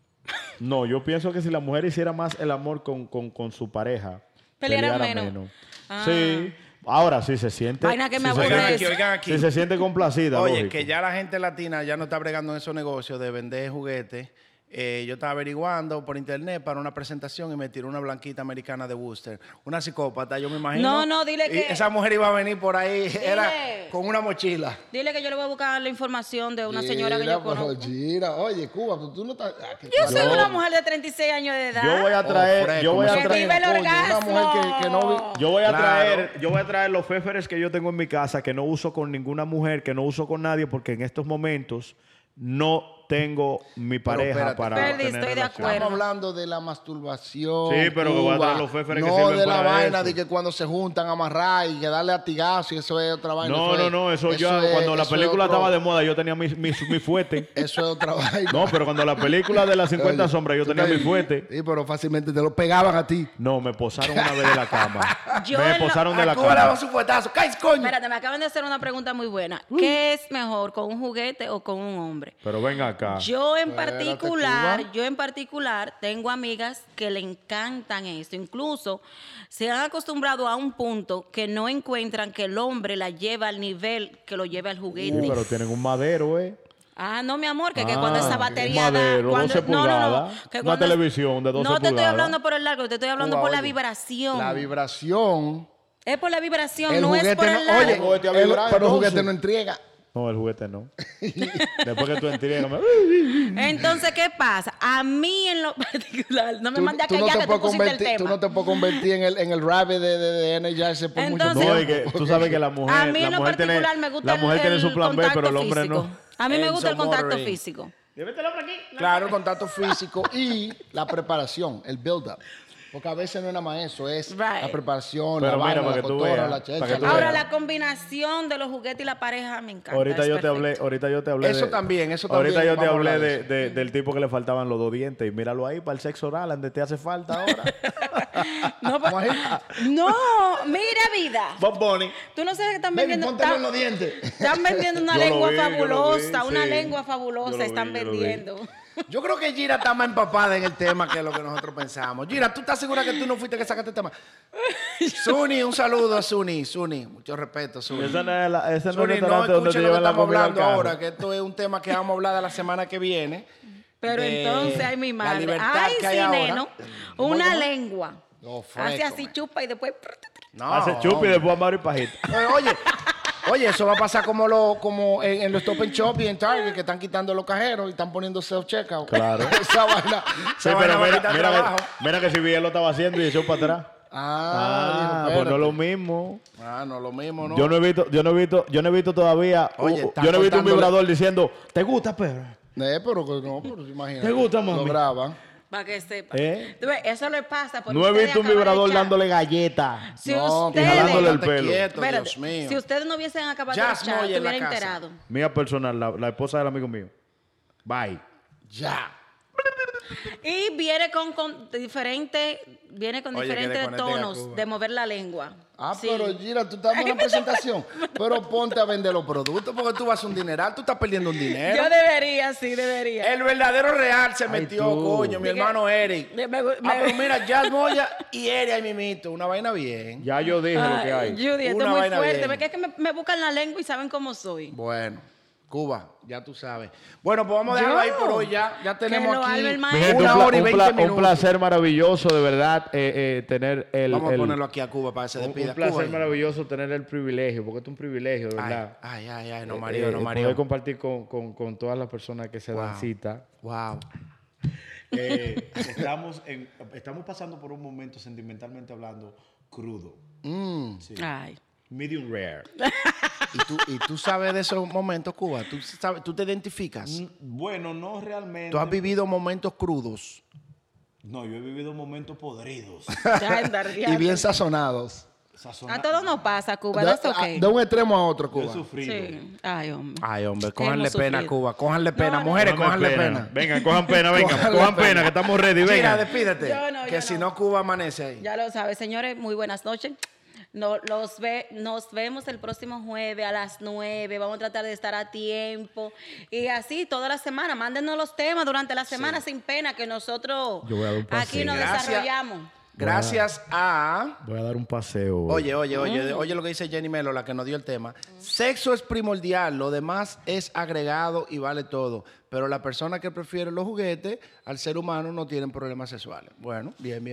No, yo pienso que si la mujer hiciera más el amor con su pareja, Pelearan peleara menos. Ah. Sí. Ahora sí se siente. Vaina que me sí se aburre Oigan siente- aquí, oigan aquí. Si se siente complacida. Oye, lógico. que ya la gente latina ya no está bregando en esos negocios de vender juguetes. Yo estaba averiguando por internet para una presentación y me tiró una blanquita americana de Worcester. Una psicópata, yo me imagino. No, no, dile Y que- esa mujer iba a venir por ahí, era Dile. con una mochila. Dile que yo le voy a buscar la información de una señora que Mira, yo pero conozco. Gira, oye, Cuba, tú no estás. Yo soy una mujer de 36 años de edad. Yo voy a traer, fresco, yo voy a me Que traer, vive el coño, orgasmo. una mujer que no vi- yo voy a Claro. traer, yo voy a traer los féferes que yo tengo en mi casa que no uso con ninguna mujer, que no uso con nadie, porque en estos momentos no tengo mi pareja espérate. para Ferdi, tener estoy de relaciones. acuerdo. Estamos hablando de la masturbación. Sí, pero que voy a Cuba. traer los féferes que no sirven de la para vaina eso. de que cuando se juntan a amarrar y que darle latigazo y eso es otra vaina. No, eso ya, es- cuando la eso es película otro- estaba de moda, yo tenía mi fuete. Eso es otra vaina. No, pero cuando la película de las 50 Oye, sombras, yo tú tenía mi te- fuete. Sí, pero fácilmente te lo pegaban a ti. No, me posaron una vez de la cama. Yo Me en lo- posaron de la Cuba le daba cama. su fuetazo. ¡Cállate, coño! Espérate, me acaban de hacer una pregunta muy buena. ¿Qué es mejor, con un juguete o con un hombre? Pero ven acá. Yo en Espérate, particular tengo amigas que le encantan esto. Incluso se han acostumbrado a un punto que no encuentran que el hombre la lleva al nivel que lo lleva al juguete. Sí, pero tienen un madero, Ah, no, mi amor, que Ah, cuando esa un batería da... madero, Cuando, 12 pulgadas, que una cuando- televisión de 12 No te estoy pulgadas. hablando por el largo, te estoy hablando Cuba, por la oye, vibración. La vibración. Es por la vibración, El no es juguete por el no. largo. Oye, El juguete a el- vibrar, pero el juguete entonces. no entrega. No, el juguete no. Después que tú entregas, Entonces, ¿qué pasa? A mí en lo particular, no me mandes a callar que tú pusiste el tema. Tú no te puedes convertir en el rabbit de Energizer por mucho Entonces- No, tiempo. y que tú sabes que la mujer, A mí en la lo mujer tiene, particular me gusta la mujer tiene su plan B, contacto pero el hombre físico. no. A mí me gusta el Enzo contacto Motoring. físico. Llévetelo por aquí. Claro, el contacto físico y la preparación, el build-up. Porque a veces no es nada más eso, es Right. la preparación, Pero la mira, vaina, para la que tú cotora, veas, la para que checha. tú Ahora, veas. la combinación de los juguetes y la pareja me encanta. Ahorita es yo te hablé, perfecto. ahorita yo te hablé Eso también. Ahorita yo te vamos a hablé hablar de eso. del tipo que le faltaban los 2 dientes y míralo ahí para el sexo oral, donde te hace falta ahora. No, mira, vida. Bob Bunny. Tú no sabes que están Baby, vendiendo. póntelo en los dientes. Están vendiendo una Yo lo lengua vi, yo lo fabulosa, vi, una sí. lengua Yo fabulosa lo están vi, yo lo vi. vendiendo. Yo creo que Gira está más empapada en el tema que lo que nosotros pensamos. Gira, ¿tú estás segura que tú no fuiste que sacaste el tema? Suni, un saludo a Suni. Suni, mucho respeto, Suni. Ese no es, ese no es el Suni, no restaurante donde te escuchen lo que llevan la estamos comida al hablando carro. ahora, que esto es un tema que vamos a hablar de la semana que viene. Pero de entonces, ay, mi la madre. libertad Ay, que hay sí, ahora. neno. ¿Cómo, Una cómo? lengua. No, Hace fresco, así man. chupa y después. No, Hace chup y después amar y pajita. Oye, eso va a pasar como en los Stop and Shop y en Target, que están quitando los cajeros y están poniendo self-checkout. Claro. Esa vaina, Sí, esa vaina pero va a mira, quitar mira, trabajo. mira que si bien lo estaba haciendo y echó para atrás. Dijo, Pues no es lo espérate. mismo. No lo mismo, ¿no? Yo no he visto todavía. Oye, está yo no he visto un cortándole- vibrador diciendo, ¿te gusta, perro? pero imagínate. ¿Te gusta, mami? Lo graban. Para que sepa. ¿Eh? Tú ves, eso le pasa. Por No he ustedes visto un acaban de vibrador echar- dándole galletas. Si No, ustedes. y jalándole el estate pelo. quieto, Espérate, Dios mío. si ustedes no hubiesen acabado de Jazz echar, Moya en la estuviera casa. enterado. Mía personal, la esposa del amigo mío. Bye. Ya. Y viene con diferentes Oye, que desconecten a tonos Cuba. de mover la lengua. Sí. Pero Gira, tú estás en una presentación. Pero ponte a vender los productos porque tú vas a un dineral, tú estás perdiendo un dinero. Yo debería, sí, debería. El verdadero real se metió, tú. coño, mi De que- hermano Eric. Me- Pero mira, Jazz Moya y Eric ahí mimito, una vaina bien. Ya yo dije lo que Ay, hay. Judy, esto Una es muy vaina fuerte. bien. Porque es que me buscan la lengua y saben cómo soy. Bueno, Cuba, ya tú sabes. Bueno, pues vamos a dejarlo Yo. ahí por hoy ya. Ya tenemos lo aquí albe el Mi maestro. gente, una hora y un 20 minutos. placer maravilloso, de verdad, tener el... Vamos a el- ponerlo aquí a Cuba para que se despida. un placer Cuba. maravilloso tener el privilegio, porque esto es un privilegio, de verdad. Ay, no Mario, no Mario. Poder compartir con todas las personas que se dan Wow. cita. Wow. Estamos pasando por un momento, sentimentalmente hablando, crudo. Ay. Medium rare. ¿Y tú sabes de esos momentos, Cuba? ¿Tú te identificas? Bueno, no realmente. ¿Tú has vivido momentos crudos No, yo he vivido momentos podridos. Ya, y bien sazonados? A todos nos pasa, Cuba. De, That's okay. de un extremo a otro, Yo he Cuba. sufrido. Sí. Ay, hombre. Ay, hombre, Hemos cójanle pena, sufrido. Cuba. Cójanle pena. No, Mujeres, Cójanme cójanle pena. Vengan, cojan pena, vengan. Cójanle Cojan pena, que estamos ready, Mira, vengan. despídete. Yo no, que yo si no. no, Cuba amanece ahí. Ya lo sabes, señores. Muy buenas noches. Nos vemos el próximo jueves a las 9. Vamos a tratar de estar a tiempo. Y así toda la semana. Mándenos los temas durante la semana sin pena, que nosotros Yo voy a dar un aquí paseo. nos Gracias. desarrollamos. Gracias a... Voy a dar un paseo. Oye lo que dice Jenny Melo, la que nos dio el tema. Sexo es primordial, lo demás es agregado y vale todo. Pero la persona que prefiere los juguetes al ser humano no tienen problemas sexuales. Bueno, bien.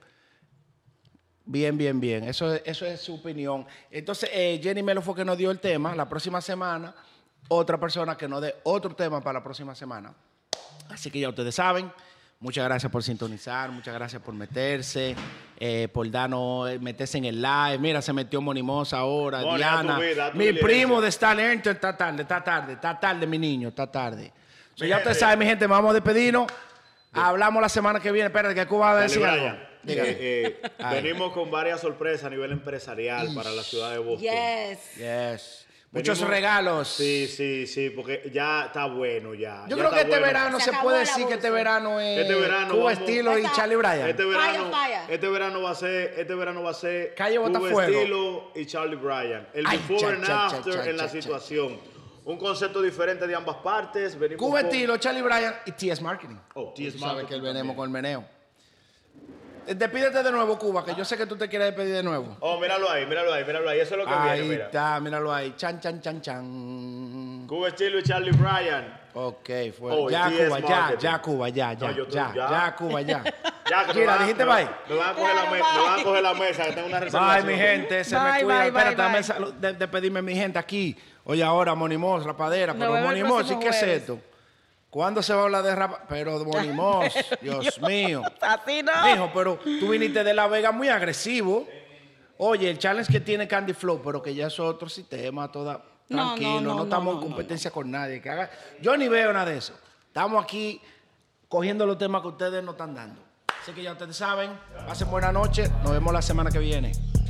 Bien. Eso es su opinión. Entonces, Jenny Melo fue que nos dio el tema. La próxima semana, otra persona que nos dé otro tema para la próxima semana. Así que ya ustedes saben. Muchas gracias por sintonizar, muchas gracias por meterse, por meterse en el live. Mira, se metió Monimosa ahora, Moni, Diana. haz tu vida, haz tu Mi diligencia. primo de Star Enter, está tarde, mi niño, está tarde. So, ya ustedes saben, mi gente, vamos a despedirnos. Hablamos la semana que viene. Espérate, que Cuba va a Dale, decir algo. Brian. Dígame. Ay. Venimos con varias sorpresas a nivel empresarial para la ciudad de Boston. Yes. Yes. Muchos Venimos- regalos. Sí, porque ya está bueno ya. Yo Ya creo que está este bueno. verano Se se acabó puede el decir que este abuso. verano es Este verano Cuba vamos- Estilo y Charlie Bryan. Este verano, Fire. este verano va a ser Calle Cuba Botafuego. Estilo y Charlie Bryan. El Ay, before and cha, after en la cha. situación. Un concepto diferente de ambas partes. Venimos Cuba con- Estilo, Charlie Bryan y TS Marketing. Oh, Tú TS sabes Marketing que el venemos también. con el meneo. Despídete de nuevo, Cuba, que yo sé que tú te quieres despedir de nuevo. Oh, míralo ahí. Eso es lo que Ahí viene, mira. está, míralo ahí. Chan. Cuba Estilo y Charlie Bryan. Ok, fue. Oh, y ya, TS Cuba, Marketing. ya, Cuba, ya. No, yo tú, Ya, Cuba, ya. Ya, que Mira, dijiste bye. Me van a coger la Claro, mesa, me van a bye. coger la mesa, que tengo una reservación. Bye, mi gente, se me Bye, cuida. bye, Espérate, bye, dame bye. despedirme mi gente aquí. Oye, ahora, Monimos, rapadera. Nos Pero vemos el Monimos, ¿y próximo qué es jueves. esto? ¿Cuándo se va a hablar de rapa? Pero Monimos, Dios mío. Así no. Mijo, pero tú viniste de La Vega muy agresivo. Oye, el challenge que tiene Candy Flow, pero que ya es otro sistema, toda No, tranquilo, no estamos en competencia con nadie. Que haga, yo ni veo nada de eso. Estamos aquí cogiendo los temas que ustedes nos están dando. Así que ya ustedes saben, pasen buena noche. Nos vemos la semana que viene.